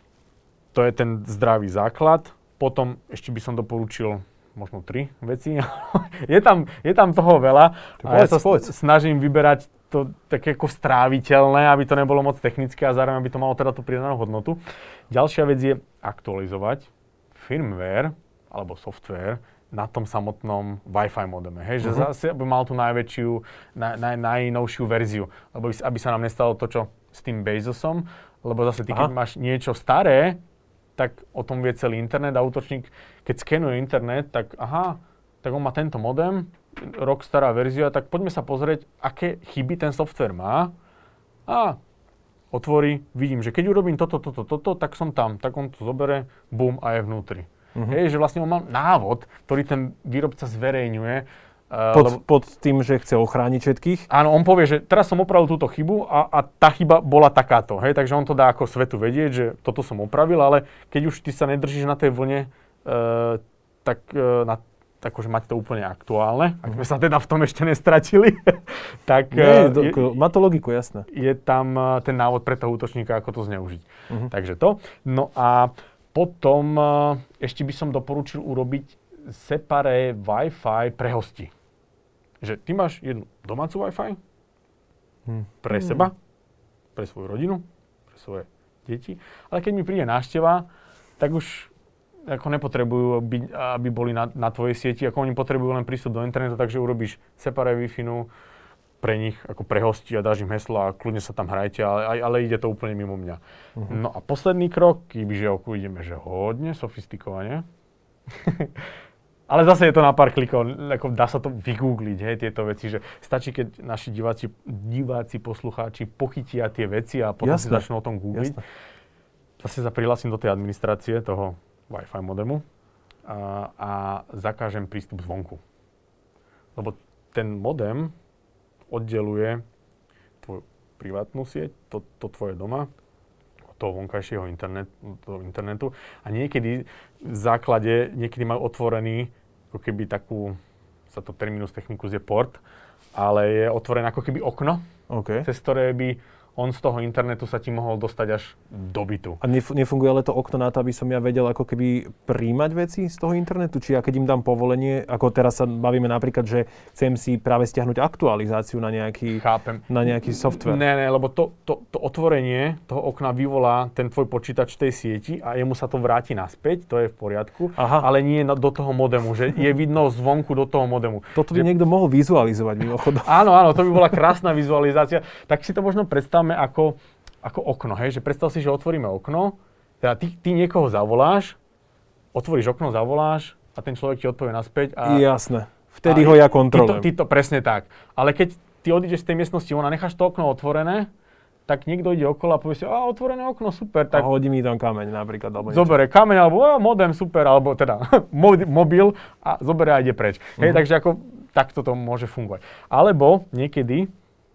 To je ten zdravý základ. Potom ešte by som doporučil možno 3 veci. je tam toho veľa. A ja sa snažím vyberať to také ako stráviteľné, aby to nebolo moc technické a zároveň aby to malo teda tú pridanú hodnotu. Ďalšia vec je aktualizovať firmware alebo software na tom samotnom Wi-Fi modeme. Hej, že zase by mal tú najväčšiu, najnovšiu verziu. Lebo aby sa nám nestalo to, čo s tým Bezosom, lebo zase ty, keď máš niečo staré, tak o tom vie celý internet a útočník, keď skenuje internet, tak tak on má tento modem, rok stará verzia, tak poďme sa pozrieť, aké chyby ten software má. A otvorí, vidím, že keď urobím toto, tak som tam. Tak on to zobere, bum, a je vnútri. Hej, že vlastne on má návod, ktorý ten výrobca zverejňuje. Pod tým, že chce ochrániť všetkých? Áno, on povie, že teraz som opravil túto chybu a tá chyba bola takáto. Hej, takže on to dá ako svetu vedieť, že toto som opravil, ale keď už ty sa nedržíš na tej vlne, tak akože mať to úplne aktuálne, ak sme sa teda v tom ešte nestratili, tak má to logiku, jasné. Je tam ten návod pre toho útočníka, ako to zneužiť. Takže to. No a potom ešte by som doporučil urobiť separé Wi-Fi pre hosti. Že ty máš jednu domácu Wi-Fi pre seba, pre svoju rodinu, pre svoje deti, ale keď mi príde návšteva, tak už ako nepotrebujú, aby boli na tvojej sieti, ako oni potrebujú len prístup do internetu, takže urobíš separé Wi-Fi pre nich, ako pre hostí a dáš im heslo a kľudne sa tam hrajte, ale ide to úplne mimo mňa. No a posledný krok, kebyže ideme, že hodne sofistikovane, ale zase je to na pár klikov, ako dá sa to vygoogliť, hej, tieto veci, že stačí, keď naši diváci, poslucháči pochytia tie veci a potom si začnú o tom googliť. Zase sa prihlásim do tej administrácie toho Wi-Fi modemu a zakážem prístup zvonku. Lebo ten modem oddeluje tvoju privátnu sieť, to tvoje doma, od toho vonkajšieho internetu. A niekedy v základe, majú otvorený, ako keby takú, sa to terminus technicus je port, ale je otvorené ako keby okno, cez ktoré by on z toho internetu sa ti mohol dostať až do bytu. A nefunguje ale to okno na to, aby som ja vedel ako keby príjmať veci z toho internetu? Či ja keď im dám povolenie, ako teraz sa bavíme napríklad, že chcem si práve stiahnuť aktualizáciu na nejaký software. Ne, lebo to otvorenie toho okna vyvolá ten tvoj počítač v tej sieti a jemu sa to vráti naspäť, to je v poriadku, ale nie do toho modemu, že je vidno zvonku do toho modemu. Toto by niekto mohol vizualizovať mimochodom. Áno, to by bola krásna vizualizácia. Tak si to možno predstavme ako okno, hej, že predstav si, že otvoríme okno, teda ty niekoho zavoláš, otvoríš okno, zavoláš a ten človek ti odpovie naspäť. Jasné, vtedy ho ja kontrolujem. Ty to presne tak. Ale keď ty odídeš z tej miestnosti, ona necháš to okno otvorené, tak niekto ide okolo a povie si, otvorené okno, super. Tak a hodí mi tam kameň napríklad. Zoberie kameň, alebo modem, super, alebo teda mobil a zoberie a ide preč. Hej, takže takto to môže fungovať. Alebo niekedy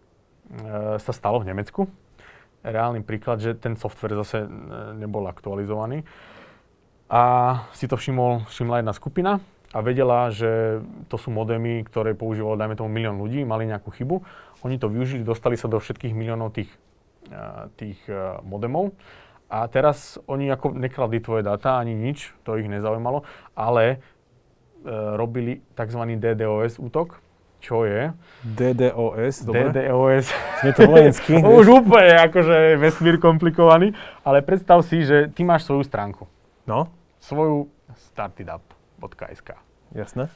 sa stalo v Nemecku. Reálny príklad, že ten software zase nebol aktualizovaný. A si to všimla jedna skupina a vedela, že to sú modemy, ktoré používalo, dajme tomu, 1 000 000 ľudí, mali nejakú chybu. Oni to využili, dostali sa do všetkých miliónov tých modemov. A teraz oni ako nekradli tvoje dáta, ani nič, to ich nezaujímalo, ale robili tzv. DDoS útok. Čo je? DDoS, dobre? DDoS. Je to vojenský. Už úplne akože vesmír komplikovaný, ale predstav si, že ty máš svoju stránku. No? Svoju startup.sk. Jasné.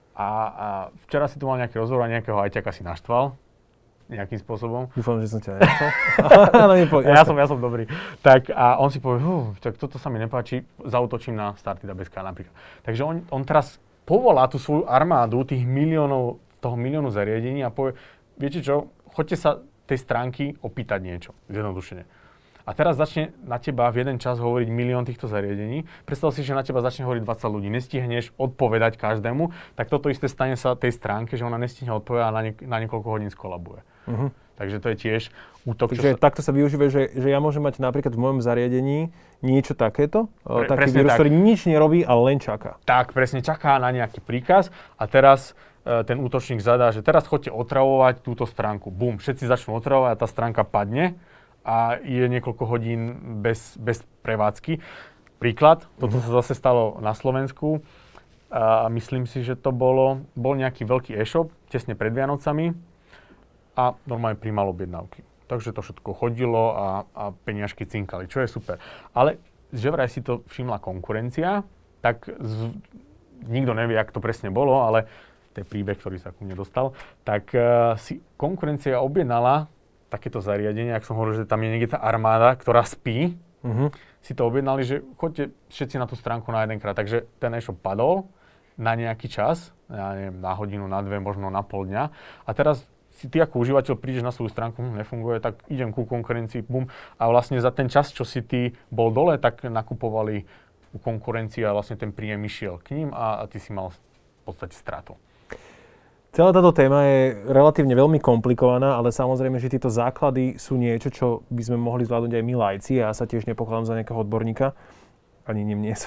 A včera si tu mal nejaký rozhovor a nejakého ajťaka si naštval nejakým spôsobom. Dúfam, že som ťa naštval. Ja som dobrý. Tak a on si povie, tak toto sa mi nepáči, zaútočím na startup.sk napríklad. Takže on teraz povolá tú svoju armádu toho miliónu zariadení a povie, viete čo, choďte sa tej stránky opýtať niečo, zjednodušene. A teraz začne na teba v jeden čas hovoriť 1 000 000 týchto zariadení. Predstav si, že na teba začne hovoriť 20 ľudí. Nestihneš odpovedať každému, tak toto isté stane sa tej stránke, že ona nestihne odpovedať a na niekoľko hodín skolabuje. Takže to je tiež útok. Takže takto sa využíva, že ja môžem mať napríklad v mojom zariadení niečo takéto, taký vírus, ktorý nič nerobí, ale len čaká. Tak, presne čaká na nejaký príkaz a teraz ten útočník zadá, že teraz choďte otravovať túto stránku. Bum, všetci začnú otravovať a tá stránka padne a je niekoľko hodín bez prevádzky. príklad, toto sa zase stalo na Slovensku a myslím si, že to bol nejaký veľký e-shop tesne pred Vianocami a normálne prijímal objednávky. Takže to všetko chodilo a peniažky cinkali, čo je super. Ale že vraj si to všimla konkurencia, tak nikto nevie, jak to presne bolo, ale to je príbeh, ktorý sa ku mne dostal, tak si konkurencia objednala takéto zariadenie, ak som hovoril, že tam je niekde tá armáda, ktorá spí, si to objednali, že choďte všetci na tú stránku na jedenkrát. Takže ten e-shop padol na nejaký čas, ja neviem, na hodinu, na dve, možno na pol dňa. A teraz si ty ako užívateľ prídeš na svoju stránku, nefunguje, tak idem ku konkurencii, bum. A vlastne za ten čas, čo si ty bol dole, tak nakupovali u konkurencii a vlastne ten príjem išiel k ním a ty si mal v podstate stratu. Celá táto téma je relatívne veľmi komplikovaná, ale samozrejme, že tieto základy sú niečo, čo by sme mohli zvládnuť aj my laici. Ja sa tiež nepokladám za nejakého odborníka. Ani ním nie som.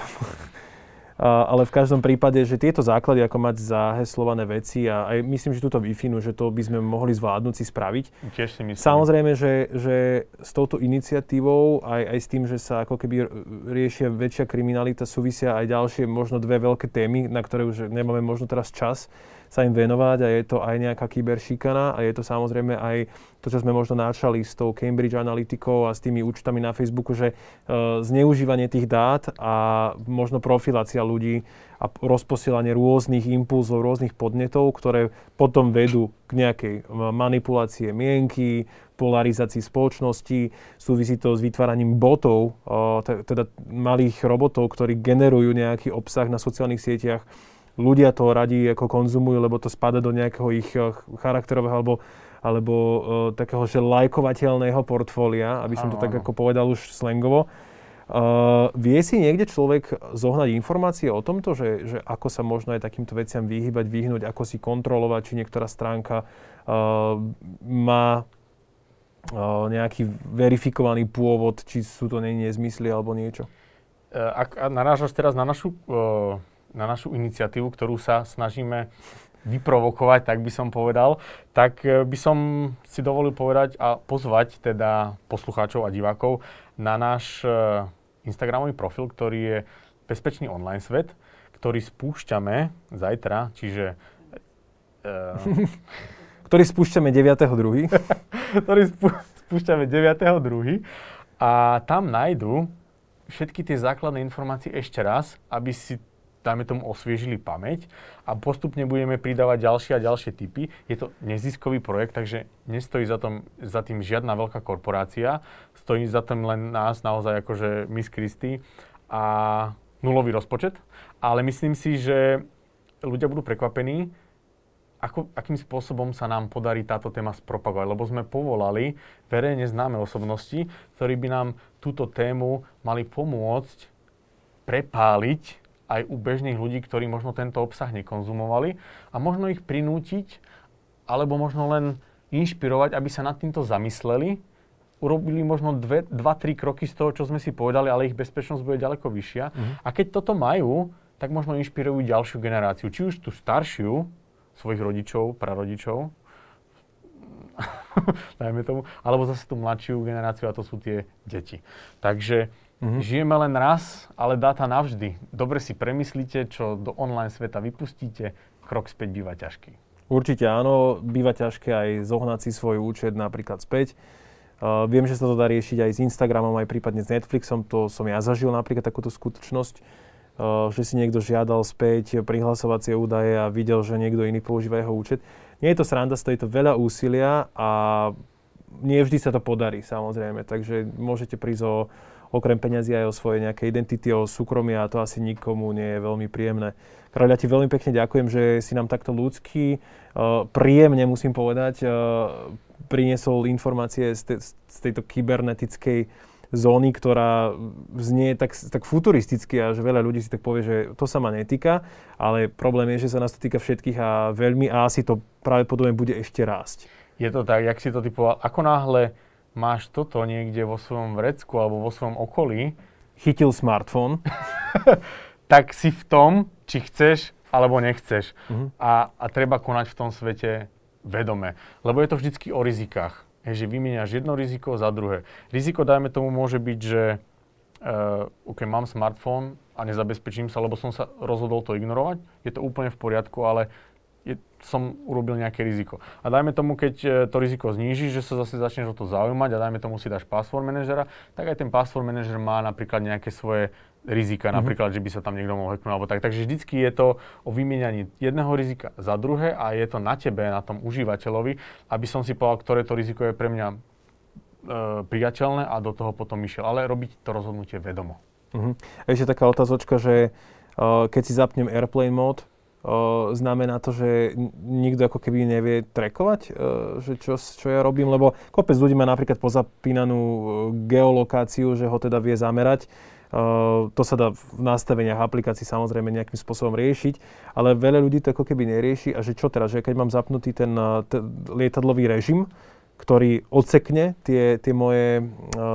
Ale v každom prípade, že tieto základy, ako mať zaheslované veci a aj myslím, že túto Wi-Fi, že to by sme mohli zvládnuť si spraviť. Tiež si myslím. Samozrejme, že s touto iniciatívou, aj s tým, že sa ako keby riešia väčšia kriminalita, súvisia aj ďalšie možno dve veľké témy, na ktoré už nemáme možno teraz čas sa im venovať a je to aj nejaká kyberšikana a je to samozrejme aj to, čo sme možno načali s tou Cambridge Analytikou a s tými účtami na Facebooku, že zneužívanie tých dát a možno profilácia ľudí a rozposielanie rôznych impulzov, rôznych podnetov, ktoré potom vedú k nejakej manipulácie mienky, polarizácii spoločnosti. Súvisí to s vytváraním botov, teda malých robotov, ktorí generujú nejaký obsah na sociálnych sieťach. Ľudia to radi ako konzumujú, lebo to spada do nejakého ich charakterového alebo takého, že lajkovateľného portfólia, aby som to tak ako povedal už slangovo. Vie si niekde človek zohnať informácie o tomto, že ako sa možno aj takýmto veciam vyhnúť, ako si kontrolovať, či niektorá stránka má nejaký verifikovaný pôvod, či sú to nezmysly alebo niečo? Ak narážaš teraz na našu iniciatívu, ktorú sa snažíme vyprovokovať, tak by som povedal, tak by som si dovolil povedať a pozvať teda poslucháčov a divákov na náš Instagramový profil, ktorý je Bezpečný online svet, ktorý spúšťame zajtra, čiže... Ktorý spúšťame 9.2. Ktorý spúšťame 9.2. A tam nájdu všetky tie základné informácie ešte raz, aby si dajme tomu osviežili pamäť a postupne budeme pridávať ďalšie a ďalšie tipy. Je to neziskový projekt, takže nestojí za tým žiadna veľká korporácia. Stojí za tým len nás naozaj akože Miss Christy a nulový rozpočet. Ale myslím si, že ľudia budú prekvapení, akým spôsobom sa nám podarí táto téma spropagovať. Lebo sme povolali verejne známe osobnosti, ktorí by nám túto tému mali pomôcť prepáliť aj u bežných ľudí, ktorí možno tento obsah nekonzumovali a možno ich prinútiť, alebo možno len inšpirovať, aby sa nad týmto zamysleli, urobili možno 2-3 kroky z toho, čo sme si povedali, ale ich bezpečnosť bude ďaleko vyššia. A keď toto majú, tak možno inšpirujú ďalšiu generáciu, či už tú staršiu, svojich rodičov, prarodičov, dajme tomu, alebo zase tú mladšiu generáciu, a to sú tie deti. Takže žijeme len raz, ale dáta navždy. Dobre si premyslíte, čo do online sveta vypustíte, krok späť býva ťažký. Určite áno, býva ťažké aj zohnať si svoj účet napríklad späť. Viem, že sa to dá riešiť aj s Instagramom, aj prípadne s Netflixom, to som ja zažil napríklad takúto skutočnosť, že si niekto žiadal späť prihlasovacie údaje a videl, že niekto iný používa jeho účet. Nie je to sranda, stojí to veľa úsilia a nie vždy sa to podarí, samozrejme, takže môžete prísť okrem peňazí aj o svoje nejaké identity, o súkromie a to asi nikomu nie je veľmi príjemné. Karol, ja ti veľmi pekne ďakujem, že si nám takto ľudsky, príjemne musím povedať, priniesol informácie z tejto kybernetickej zóny, ktorá znie tak futuristicky a že veľa ľudí si tak povie, že to sa ma netýka, ale problém je, že sa nás to týka všetkých a veľmi a asi to pravdepodobne bude ešte rásť. Je to tak, jak si to typoval, ako náhle máš toto niekde vo svojom vrecku alebo vo svojom okolí, chytil smartfón, tak si v tom, či chceš alebo nechceš. A treba konať v tom svete vedome. Lebo je to vždycky o rizikách. Že vymieňaš jedno riziko za druhé. Riziko, dajme tomu, môže byť, že OK, mám smartfón a nezabezpečím sa, lebo som sa rozhodol to ignorovať, je to úplne v poriadku, ale som urobil nejaké riziko. A dajme tomu, keď to riziko znížiš, že sa zase začneš o to zaujímať a dajme tomu si dáš password manažera, tak aj ten password manažer má napríklad nejaké svoje rizika, napríklad, že by sa tam niekto mohol hacknúť alebo tak. Takže vždycky je to o vymieňaní jedného rizika za druhé a je to na tebe, na tom užívateľovi, aby som si povedal, ktoré to riziko je pre mňa priateľné a do toho potom išiel. Ale robiť to rozhodnutie vedomo. Ešte taká otázočka, že keď si zapnem Airplane Mode, znamená to, že nikto ako keby nevie trackovať, že čo ja robím, lebo kopec ľudí má napríklad pozapínanú geolokáciu, že ho teda vie zamerať. To sa dá v nastaveniach aplikácií samozrejme nejakým spôsobom riešiť, ale veľa ľudí to ako keby nerieši a že čo teraz, že keď mám zapnutý ten lietadlový režim, ktorý odsekne tie moje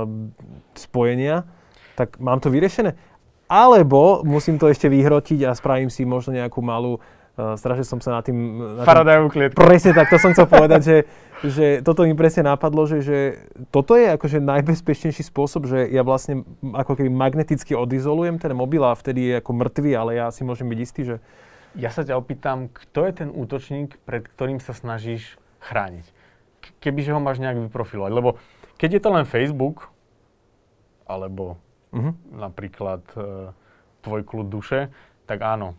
spojenia, tak mám to vyriešené? Alebo musím to ešte vyhrotiť a spravím si možno nejakú malú, strašne som sa na tým... Faradajovú klietku. Presne tak, to som chcel povedať, že toto mi presne napadlo, že toto je akože najbezpečnejší spôsob, že ja vlastne ako keby magneticky odizolujem ten mobil a vtedy je ako mŕtvý, ale ja si môžem byť istý, že... Ja sa ťa opýtam, kto je ten útočník, pred ktorým sa snažíš chrániť? Kebyže ho máš nejak vyprofilovať, lebo keď je to len Facebook, alebo napríklad tvoj kľud duše, tak áno,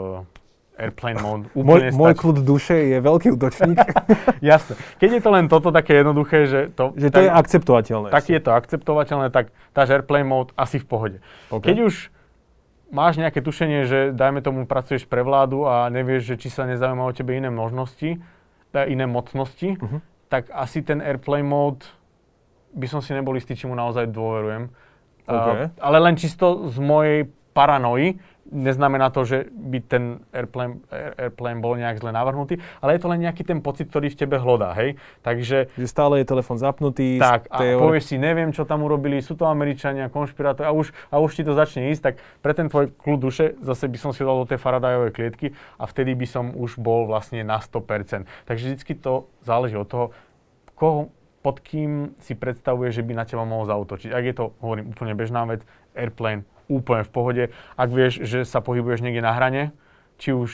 Airplane Mode úplne Môj kľud duše je veľký útočník. Jasné. Keď je to len toto také jednoduché, že to je akceptovateľné. Tak je to akceptovateľné, tak dáš Airplane Mode asi v pohode. Okay. Keď už máš nejaké tušenie, že dajme tomu pracuješ pre vládu a nevieš, že či sa nezaujíma o tebe iné možnosti, iné mocnosti, tak asi ten Airplane Mode by som si nebol istý, či mu naozaj dôverujem. Okay. Ale len čisto z mojej paranoji, neznamená to, že by ten Airplane bol nejak zle navrhnutý, ale je to len nejaký ten pocit, ktorý v tebe hlodá, hej? Takže... Že stále je telefón zapnutý. Tak, a povieš si, neviem, čo tam urobili, sú to Američania, konšpirátori, a už ti to začne ísť, tak pre ten tvoj kľud duše zase by som si dal do tej Faradajovej klietky a vtedy by som už bol vlastne na 100%. Takže vždycky to záleží od toho, pod kým si predstavuje, že by na teba mohol zaútočiť. Ak je to, hovorím, úplne bežná vec, Airplane úplne v pohode. Ak vieš, že sa pohybuješ niekde na hrane, či už...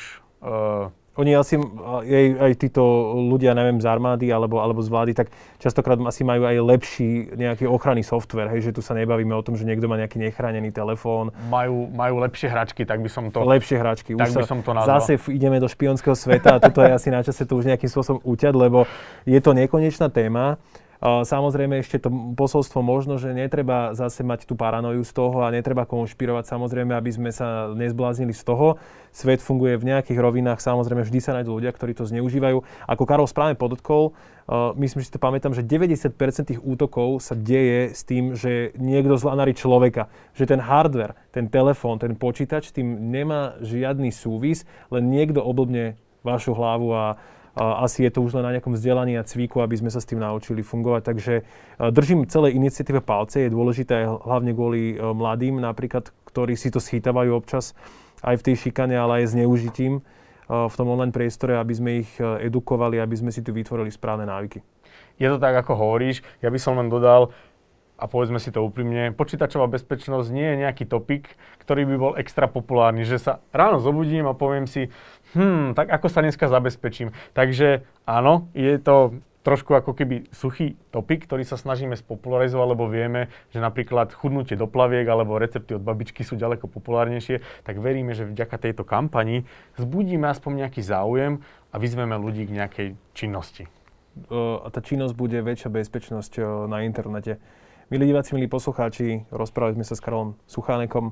Oni asi, aj títo ľudia, neviem, z armády alebo z vlády, tak častokrát asi majú aj lepší nejaký ochranný software, hej, že tu sa nebavíme o tom, že niekto má nejaký nechránený telefón. Majú lepšie hračky, tak by som to... Lepšie hračky. Tak by som to nazval. Zase ideme do špionského sveta a toto je asi na čase to už nejakým spôsobom uťať, lebo je to nekonečná téma. Samozrejme ešte to posolstvo možno, že netreba zase mať tú paranoju z toho a netreba konšpirovať samozrejme, aby sme sa nezbláznili z toho. Svet funguje v nejakých rovinách, samozrejme vždy sa nájdú ľudia, ktorí to zneužívajú. Ako Karol správne podotkol, myslím, že si to pamätám, že 90% tých útokov sa deje s tým, že niekto zlanarí človeka. Že ten hardware, ten telefón, ten počítač s tým nemá žiadny súvis, len niekto oblbne vašu hlavu a asi je to už len na nejakom vzdelaní a cviku, aby sme sa s tým naučili fungovať. Takže držím celej iniciatíve palce. Je dôležité hlavne kvôli mladým napríklad, ktorí si to schytávajú občas aj v tej šikane, ale aj zneužitím v tom online priestore, aby sme ich edukovali, aby sme si tu vytvorili správne návyky. Je to tak, ako hovoríš. Ja by som len dodal, a povedzme si to úprimne, počítačová bezpečnosť nie je nejaký topik, ktorý by bol extra populárny, že sa ráno zobudím a poviem si, tak ako sa dneska zabezpečím. Takže áno, je to trošku ako keby suchý topik, ktorý sa snažíme spopularizovať, lebo vieme, že napríklad chudnutie do plaviek alebo recepty od babičky sú ďaleko populárnejšie, tak veríme, že vďaka tejto kampani vzbudíme aspoň nejaký záujem a vyzveme ľudí k nejakej činnosti. A tá činnosť bude väčšia bezpečnosť na internete. Milí diváci, milí poslucháči, rozprávali sme sa s Karolom Suchánekom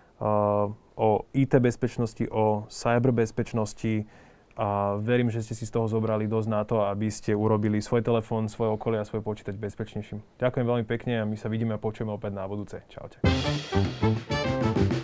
o IT bezpečnosti, o cyberbezpečnosti a verím, že ste si z toho zobrali dosť na to, aby ste urobili svoj telefón, svoje okolie a svoj počítač bezpečnejším. Ďakujem veľmi pekne a my sa vidíme a počujeme opäť na budúce. Čaute.